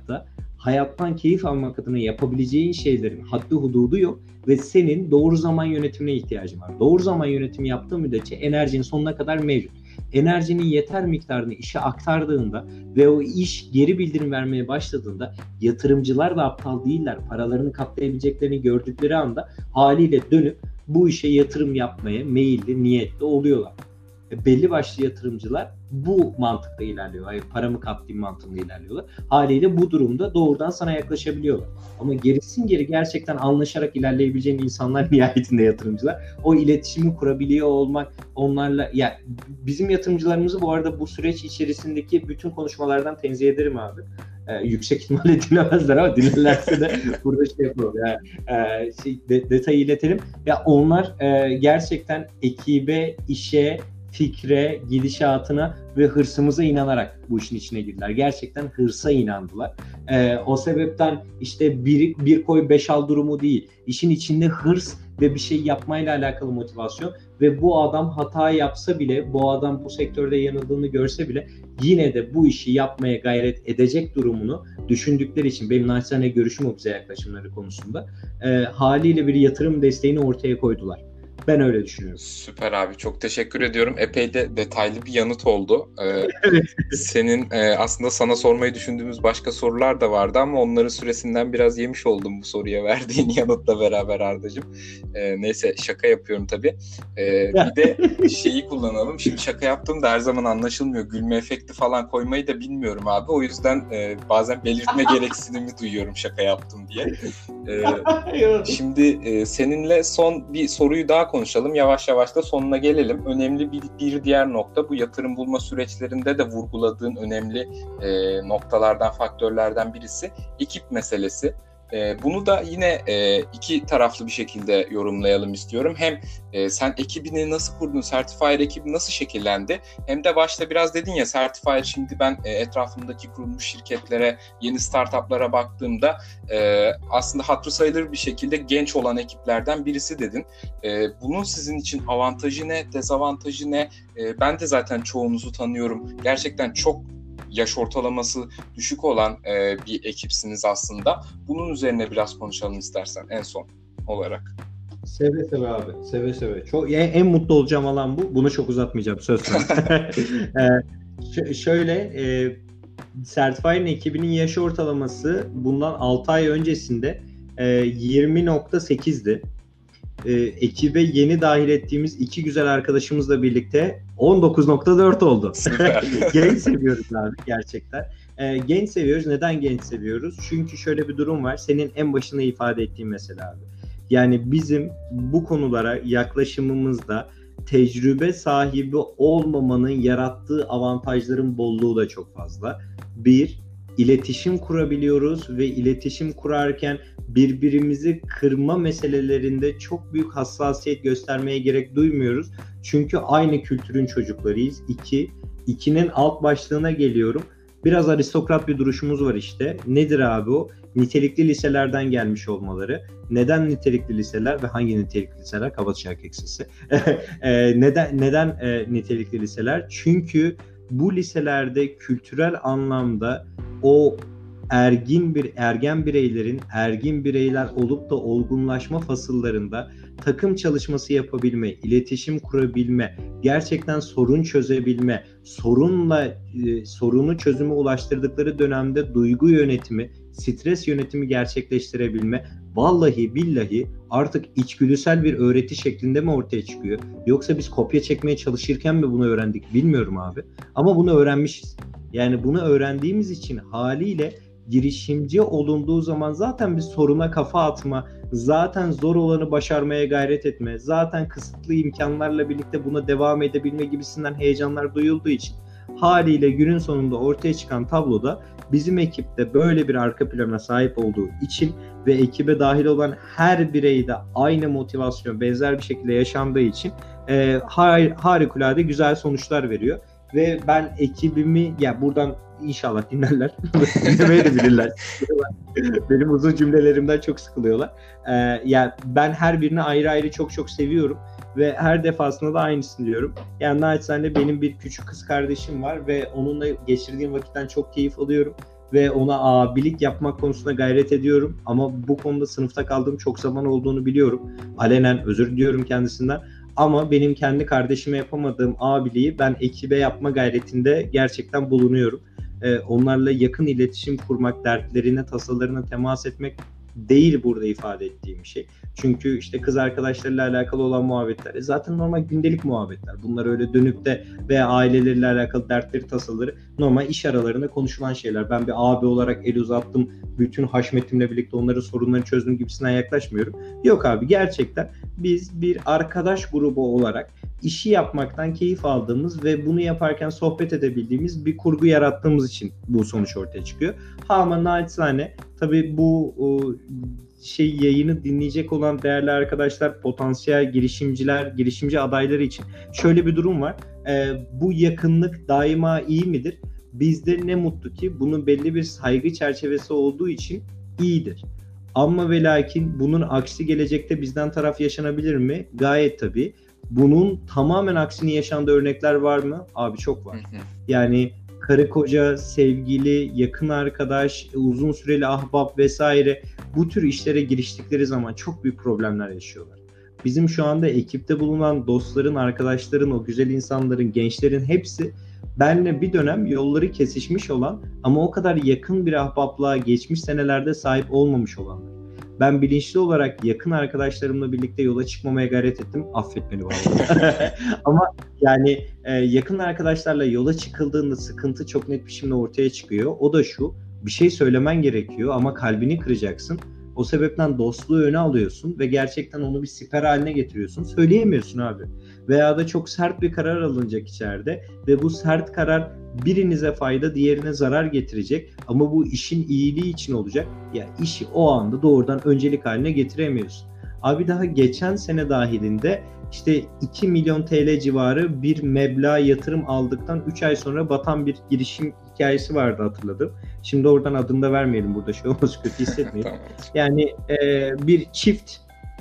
Speaker 2: hayattan keyif almak adına yapabileceğin şeylerin haddi hududu yok ve senin doğru zaman yönetimine ihtiyacın var. Doğru zaman yönetimi yaptığın müddetçe enerjinin sonuna kadar mevcut. Enerjinin yeter miktarını işe aktardığında ve o iş geri bildirim vermeye başladığında yatırımcılar da aptal değiller. Paralarını katlayabileceklerini gördükleri anda haliyle dönüp bu işe yatırım yapmaya meyilli, niyetli oluyorlar. Belli başlı yatırımcılar bu mantıkla ilerliyor. Hayır, paramı katlayayım mantığında ilerliyorlar. Haliyle bu durumda doğrudan sana yaklaşabiliyorlar. Ama gerisin geri gerçekten anlaşarak ilerleyebileceğin insanlar nihayetinde yatırımcılar. O iletişimi kurabiliyor olmak, onlarla, ya bizim yatırımcılarımızı bu arada bu süreç içerisindeki bütün konuşmalardan tenzih ederim abi. Yüksek ihtimalle dinlemezler ama dinlerlerse de burada şey yapalım. Yani, detayı iletelim. Ya onlar gerçekten ekibe, işe, fikre, gidişatına ve hırsımıza inanarak bu işin içine girdiler. Gerçekten hırsa inandılar. O sebepten işte bir koy beş al durumu değil. İşin içinde hırs ve bir şey yapmayla alakalı motivasyon ve bu adam hata yapsa bile, bu adam bu sektörde yanıldığını görse bile yine de bu işi yapmaya gayret edecek durumunu düşündükleri için, benim naçizane görüşüm o bize yaklaşımları konusunda, haliyle bir yatırım desteğini ortaya koydular. Ben öyle düşünüyorum.
Speaker 1: Süper abi. Çok teşekkür ediyorum. Epey de detaylı bir yanıt oldu. Senin aslında sana sormayı düşündüğümüz başka sorular da vardı ama onların süresinden biraz yemiş oldum bu soruya verdiğin yanıtla beraber Ardacığım. Neyse şaka yapıyorum tabii. Bir de şeyi kullanalım. Şimdi şaka yaptığım da her zaman anlaşılmıyor. Gülme efekti falan koymayı da bilmiyorum abi. O yüzden bazen belirtme gereksinimi duyuyorum şaka yaptım diye. Şimdi seninle son bir soruyu daha konuşalım. Yavaş yavaş da sonuna gelelim. Önemli bir diğer nokta, bu yatırım bulma süreçlerinde de vurguladığın önemli noktalardan, faktörlerden birisi ekip meselesi. Bunu da yine iki taraflı bir şekilde yorumlayalım istiyorum. Hem sen ekibini nasıl kurdun, Certifier ekibi nasıl şekillendi? Hem de başta biraz dedin ya, Certifier, şimdi ben etrafımdaki kurulmuş şirketlere, yeni startuplara baktığımda aslında hatırı sayılır bir şekilde genç olan ekiplerden birisi dedin. Bunun sizin için avantajı ne, dezavantajı ne? Ben de zaten çoğunuzu tanıyorum. Gerçekten çok yaş ortalaması düşük olan bir ekipsiniz aslında. Bunun üzerine biraz konuşalım istersen en son olarak.
Speaker 2: Seve seve abi. Seve seve. Çok, en mutlu olacağım alan bu. Bunu çok uzatmayacağım. Söz sana. Şöyle Certifier'in ekibinin yaş ortalaması bundan 6 ay öncesinde 20.8'di. Ekibe yeni dahil ettiğimiz iki güzel arkadaşımızla birlikte 19.4 oldu. Genç seviyoruz abi gerçekten. Genç seviyoruz. Neden genç seviyoruz? Çünkü şöyle bir durum var. Senin en başında ifade ettiğin mesela abi. Yani bizim bu konulara yaklaşımımızda tecrübe sahibi olmamanın yarattığı avantajların bolluğu da çok fazla. Bir, iletişim kurabiliyoruz ve iletişim kurarken birbirimizi kırma meselelerinde çok büyük hassasiyet göstermeye gerek duymuyoruz. Çünkü aynı kültürün çocuklarıyız. İkinin alt başlığına geliyorum. Biraz aristokrat bir duruşumuz var işte. Nedir abi o? Nitelikli liselerden gelmiş olmaları. Neden nitelikli liseler ve hangi nitelikli liseler? Kabataşak eksisi. Neden nitelikli liseler? Çünkü bu liselerde kültürel anlamda o ergen bireyler olup da olgunlaşma fasıllarında takım çalışması yapabilme, iletişim kurabilme, gerçekten sorun çözebilme, sorunu çözüme ulaştırdıkları dönemde duygu yönetimi, stres yönetimi gerçekleştirebilme, vallahi billahi artık içgüdüsel bir öğreti şeklinde mi ortaya çıkıyor? Yoksa biz kopya çekmeye çalışırken mi bunu öğrendik bilmiyorum abi. Ama bunu öğrenmişiz. Yani bunu öğrendiğimiz için haliyle girişimci olunduğu zaman zaten bir soruna kafa atma, zaten zor olanı başarmaya gayret etme, zaten kısıtlı imkanlarla birlikte buna devam edebilme gibisinden heyecanlar duyulduğu için haliyle günün sonunda ortaya çıkan tabloda bizim ekipte böyle bir arka plana sahip olduğu için ve ekibe dahil olan her bireyde aynı motivasyon benzer bir şekilde yaşandığı için harikulade güzel sonuçlar veriyor. Ve ben ekibimi, ya buradan inşallah dinlerler. Dinlemeyi de bilirler. Benim uzun cümlelerimden çok sıkılıyorlar. Yani ben her birini ayrı ayrı çok çok seviyorum. Ve her defasında da aynısını diyorum. Yani naçizane benim bir küçük kız kardeşim var ve onunla geçirdiğim vakitten çok keyif alıyorum. Ve ona abilik yapmak konusunda gayret ediyorum. Ama bu konuda sınıfta kaldığım çok zaman olduğunu biliyorum. Alenen özür diliyorum kendisinden. Ama benim kendi kardeşime yapamadığım abiliği ben ekibe yapma gayretinde gerçekten bulunuyorum. Onlarla yakın iletişim kurmak, dertlerine, tasalarına temas etmek değil burada ifade ettiğim şey. Çünkü işte kız arkadaşlarıyla alakalı olan muhabbetler zaten normal gündelik muhabbetler. Bunlar öyle dönüp de veya aileleriyle alakalı dertleri, tasaları normal iş aralarında konuşulan şeyler. Ben bir abi olarak el uzattım, bütün haşmetimle birlikte onların sorunlarını çözdüm gibisinden yaklaşmıyorum. Yok abi, gerçekten biz bir arkadaş grubu olarak işi yapmaktan keyif aldığımız ve bunu yaparken sohbet edebildiğimiz bir kurgu yarattığımız için bu sonuç ortaya çıkıyor. Ama naçizane tabii bu yayını dinleyecek olan değerli arkadaşlar, potansiyel girişimciler, girişimci adayları için şöyle bir durum var. Bu yakınlık daima iyi midir? Bizde ne mutlu ki bunun belli bir saygı çerçevesi olduğu için iyidir. Ama ve lakin bunun aksi gelecekte bizden taraf yaşanabilir mi? Gayet tabii. Bunun tamamen aksini yaşandığı örnekler var mı? Abi çok var. Yani karı koca, sevgili, yakın arkadaş, uzun süreli ahbap vesaire bu tür işlere giriştikleri zaman çok büyük problemler yaşıyorlar. Bizim şu anda ekipte bulunan dostların, arkadaşların, o güzel insanların, gençlerin hepsi benle bir dönem yolları kesişmiş olan ama o kadar yakın bir ahbaplığa geçmiş senelerde sahip olmamış olanlar. Ben bilinçli olarak yakın arkadaşlarımla birlikte yola çıkmamaya gayret ettim. Affet beni vallahi. Ama yani yakın arkadaşlarla yola çıkıldığında sıkıntı çok net bir şekilde ortaya çıkıyor. O da şu: bir şey söylemen gerekiyor ama kalbini kıracaksın. O sebepten dostluğu öne alıyorsun ve gerçekten onu bir siper haline getiriyorsun. Söyleyemiyorsun abi. Veya da çok sert bir karar alınacak içeride ve bu sert karar birinize fayda, diğerine zarar getirecek ama bu işin iyiliği için olacak. Ya işi o anda doğrudan öncelik haline getiremiyorsun. Abi daha geçen sene dahilinde işte 2 milyon TL civarı bir meblağ yatırım aldıktan 3 ay sonra batan bir girişim hikayesi vardı, hatırladım. Şimdi oradan adını da vermeyelim, burada şey olması, kötü hissetmeyin. Yani bir çift,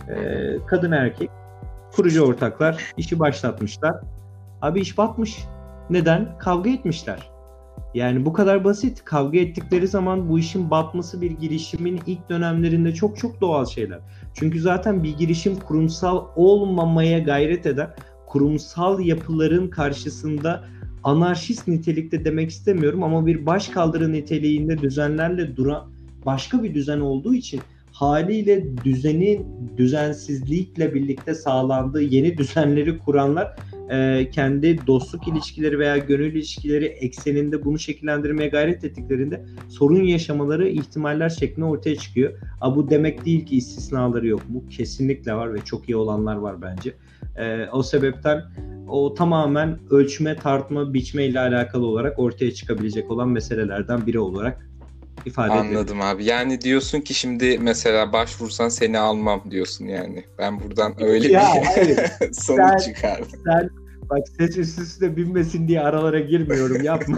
Speaker 2: kadın erkek kurucu ortaklar işi başlatmışlar. Abi iş batmış. Neden? Kavga etmişler. Yani bu kadar basit. Kavga ettikleri zaman bu işin batması bir girişimin ilk dönemlerinde çok çok doğal şeyler. Çünkü zaten bir girişim kurumsal olmamaya gayret eden, kurumsal yapıların karşısında anarşist nitelikte demek istemiyorum ama bir başkaldırı niteliğinde düzenlerle duran başka bir düzen olduğu için haliyle düzenin düzensizlikle birlikte sağlandığı yeni düzenleri kuranlar kendi dostluk ilişkileri veya gönül ilişkileri ekseninde bunu şekillendirmeye gayret ettiklerinde sorun yaşamaları ihtimaller şeklinde ortaya çıkıyor. Bu demek değil ki istisnaları yok. Bu kesinlikle var ve çok iyi olanlar var bence. O sebepten o tamamen ölçme, tartma, biçme ile alakalı olarak ortaya çıkabilecek olan meselelerden biri olarak ifade edelim.
Speaker 1: Anladım abi. Yani diyorsun ki şimdi mesela başvursan seni almam diyorsun yani. Ben buradan öyle bir sonuç çıkardım.
Speaker 2: Bak ses üst üste binmesin diye aralara girmiyorum, yapma.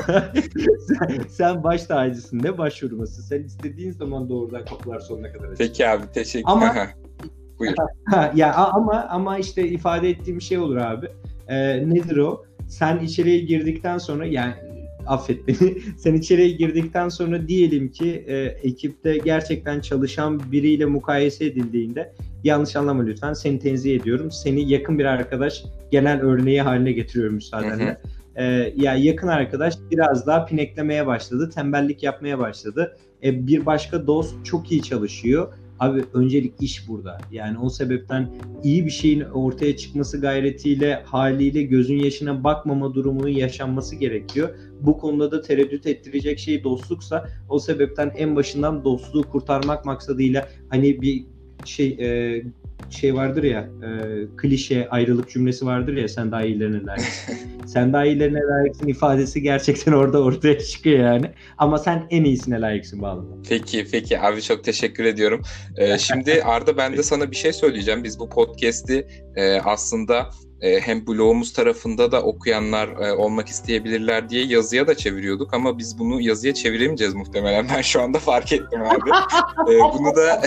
Speaker 2: sen baş tacısın, ne başvurması. Sen istediğin zaman doğrudan kapılar sonuna kadar açık.
Speaker 1: Peki abi, teşekkür
Speaker 2: ederim.
Speaker 1: Buyur.
Speaker 2: Ama işte ifade ettiğim şey olur abi. Nedir o? Sen içeriye girdikten sonra, yani affet beni. Sen içeriye girdikten sonra diyelim ki ekipte gerçekten çalışan biriyle mukayese edildiğinde, yanlış anlama lütfen, seni tenzih ediyorum. Seni yakın bir arkadaş genel örneği haline getiriyorum müsaadenle. Ya yakın arkadaş biraz daha pineklemeye başladı, tembellik yapmaya başladı. Bir başka dost çok iyi çalışıyor. Abi öncelik iş burada. Yani o sebepten iyi bir şeyin ortaya çıkması gayretiyle, haliyle gözün yaşına bakmama durumunun yaşanması gerekiyor. Bu konuda da tereddüt ettirecek şey dostluksa, o sebepten en başından dostluğu kurtarmak maksadıyla, hani bir şey vardır ya, klişe ayrılık cümlesi vardır ya, sen daha iyilerine layıksın. Sen daha iyilerine layıksın ifadesi gerçekten orada ortaya çıkıyor yani. Ama sen en iyisine layıksın bağlamda.
Speaker 1: Peki abi, çok teşekkür ediyorum. Şimdi Arda, ben de sana bir şey söyleyeceğim. Biz bu podcast'i aslında hem blogumuz tarafında da okuyanlar olmak isteyebilirler diye yazıya da çeviriyorduk ama biz bunu yazıya çeviremeyeceğiz muhtemelen. Ben şu anda fark ettim abi. Bunu da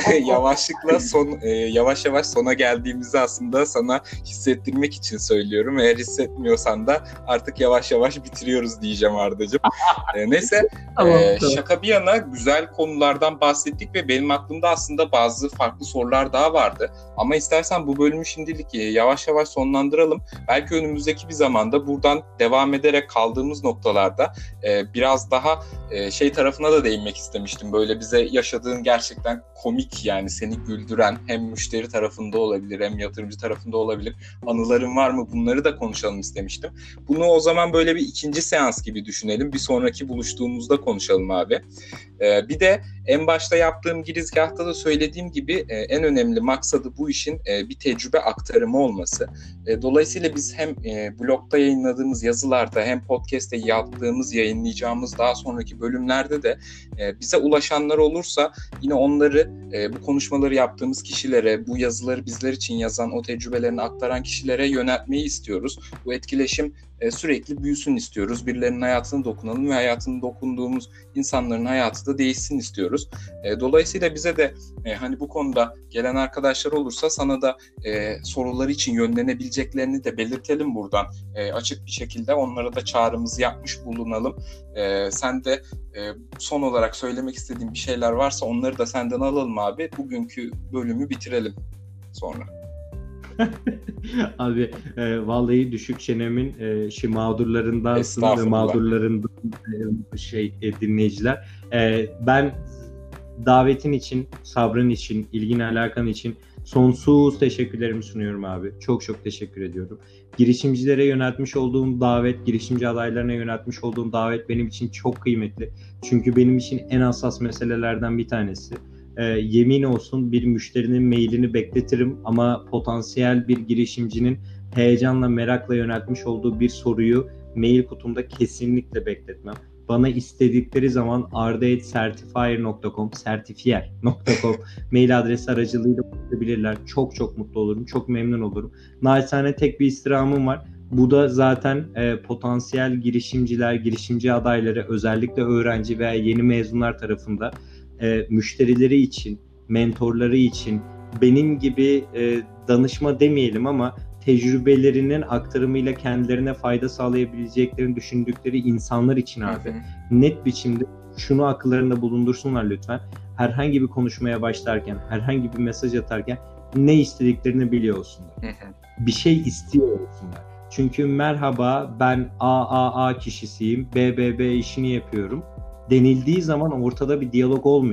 Speaker 1: yavaş yavaş sona geldiğimizi aslında sana hissettirmek için söylüyorum. Eğer hissetmiyorsan da artık yavaş yavaş bitiriyoruz diyeceğim Arda'cığım. Neyse, şaka bir yana güzel konulardan bahsettik ve benim aklımda aslında bazı farklı sorular daha vardı. Ama istersen bu bölümü şimdilik yavaş yavaş sonlandıralım. Belki önümüzdeki bir zamanda buradan devam ederek kaldığımız noktalarda biraz daha şey tarafına da değinmek istemiştim. Böyle bize yaşadığın gerçekten komik, yani seni güldüren, hem müşteri tarafında olabilir hem yatırımcı tarafında olabilir, anıların var mı, bunları da konuşalım istemiştim. Bunu o zaman böyle bir ikinci seans gibi düşünelim. Bir sonraki buluştuğumuzda konuşalım abi. Bir de en başta yaptığım girizgahta da söylediğim gibi en önemli maksadı bu işin bir tecrübe aktarımı olması. Dolayısıyla biz hem blogda yayınladığımız yazılarda hem podcast'te yaptığımız, yayınlayacağımız daha sonraki bölümlerde de bize ulaşanlar olursa yine onları bu konuşmaları yaptığımız kişilere, bu yazıları bizler için yazan, o tecrübelerini aktaran kişilere yöneltmeyi istiyoruz. Bu etkileşim sürekli büyüsün istiyoruz. Birilerinin hayatına dokunalım ve hayatına dokunduğumuz insanların hayatı da değişsin istiyoruz. Dolayısıyla bize de hani bu konuda gelen arkadaşlar olursa sana da soruları için yönlenebileceklerini de belirtelim buradan. Açık bir şekilde onlara da çağrımızı yapmış bulunalım. Sen de son olarak söylemek istediğin bir şeyler varsa onları da senden alalım abi. Bugünkü bölümü bitirelim sonra.
Speaker 2: Abi vallahi düşük çenemin mağdurlarındansın ve mağdurlarından dinleyiciler. Ben davetin için, sabrın için, ilgin alakan için sonsuz teşekkürlerimi sunuyorum abi. Çok çok teşekkür ediyorum. Girişimcilere yöneltmiş olduğum davet, girişimci adaylarına yöneltmiş olduğum davet benim için çok kıymetli. Çünkü benim için en hassas meselelerden bir tanesi. Yemin olsun bir müşterinin mailini bekletirim ama potansiyel bir girişimcinin heyecanla, merakla yöneltmiş olduğu bir soruyu mail kutumda kesinlikle bekletmem. Bana istedikleri zaman arda@certifier.com mail adresi aracılığıyla bulabilirler. Çok çok mutlu olurum, çok memnun olurum. Naçizane tek bir istirhamım var. Bu da zaten potansiyel girişimciler, girişimci adayları, özellikle öğrenci veya yeni mezunlar tarafında müşterileri için, mentorları için, benim gibi danışma demeyelim ama tecrübelerinin aktarımıyla kendilerine fayda sağlayabileceklerini düşündükleri insanlar için abi net biçimde şunu akıllarında bulundursunlar lütfen. Herhangi bir konuşmaya başlarken, herhangi bir mesaj atarken ne istediklerini biliyor olsunlar. Bir şey istiyor olsunlar. Çünkü merhaba ben AAA kişisiyim, BBB işini yapıyorum denildiği zaman ortada bir diyalog olmuyor.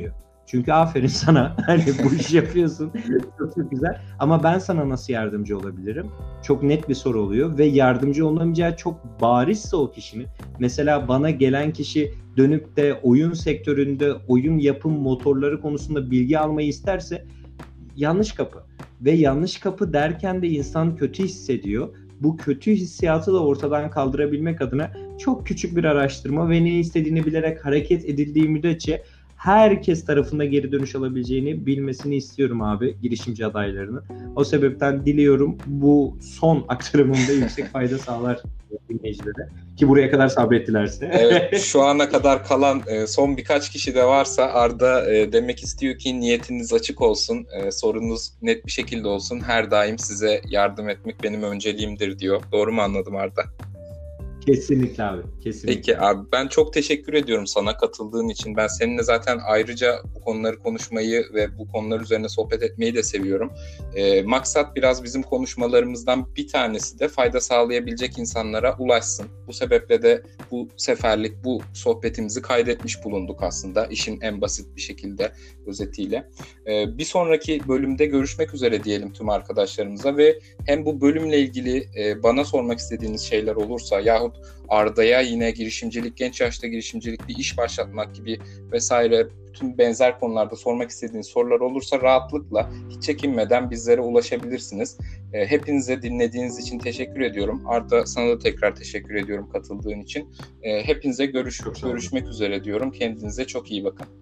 Speaker 2: Çünkü aferin sana. Hani bu işi yapıyorsun. Çok çok güzel. Ama ben sana nasıl yardımcı olabilirim? Çok net bir soru oluyor ve yardımcı olamayacağı çok barizse o kişinin. Mesela bana gelen kişi dönüp de oyun sektöründe oyun yapım motorları konusunda bilgi almayı isterse yanlış kapı. Ve yanlış kapı derken de insan kötü hissediyor. Bu kötü hissiyatı da ortadan kaldırabilmek adına çok küçük bir araştırma ve ne istediğini bilerek hareket edildiği müddetçe herkes tarafında geri dönüş alabileceğini bilmesini istiyorum abi girişimci adaylarının. O sebepten diliyorum bu son aktarımında yüksek fayda sağlar dinleyicilere. Ki buraya kadar sabrettilerse.
Speaker 1: Evet, şu ana kadar kalan son birkaç kişi de varsa Arda demek istiyor ki niyetiniz açık olsun, sorunuz net bir şekilde olsun. Her daim size yardım etmek benim önceliğimdir diyor. Doğru mu anladım Arda?
Speaker 2: Kesinlikle abi. Kesinlikle.
Speaker 1: Peki abi, ben çok teşekkür ediyorum sana katıldığın için. Ben seninle zaten ayrıca bu konuları konuşmayı ve bu konular üzerine sohbet etmeyi de seviyorum. Maksat biraz bizim konuşmalarımızdan bir tanesi de fayda sağlayabilecek insanlara ulaşsın. Bu sebeple de bu seferlik bu sohbetimizi kaydetmiş bulunduk aslında. İşin en basit bir şekilde özetiyle. Bir sonraki bölümde görüşmek üzere diyelim tüm arkadaşlarımıza ve hem bu bölümle ilgili bana sormak istediğiniz şeyler olursa yahut Arda'ya yine girişimcilik, genç yaşta girişimcilik, bir iş başlatmak gibi vesaire bütün benzer konularda sormak istediğiniz sorular olursa rahatlıkla, hiç çekinmeden bizlere ulaşabilirsiniz. Hepinize dinlediğiniz için teşekkür ediyorum. Arda, sana da tekrar teşekkür ediyorum katıldığın için. Hepinize görüşmek üzere diyorum. Kendinize çok iyi bakın.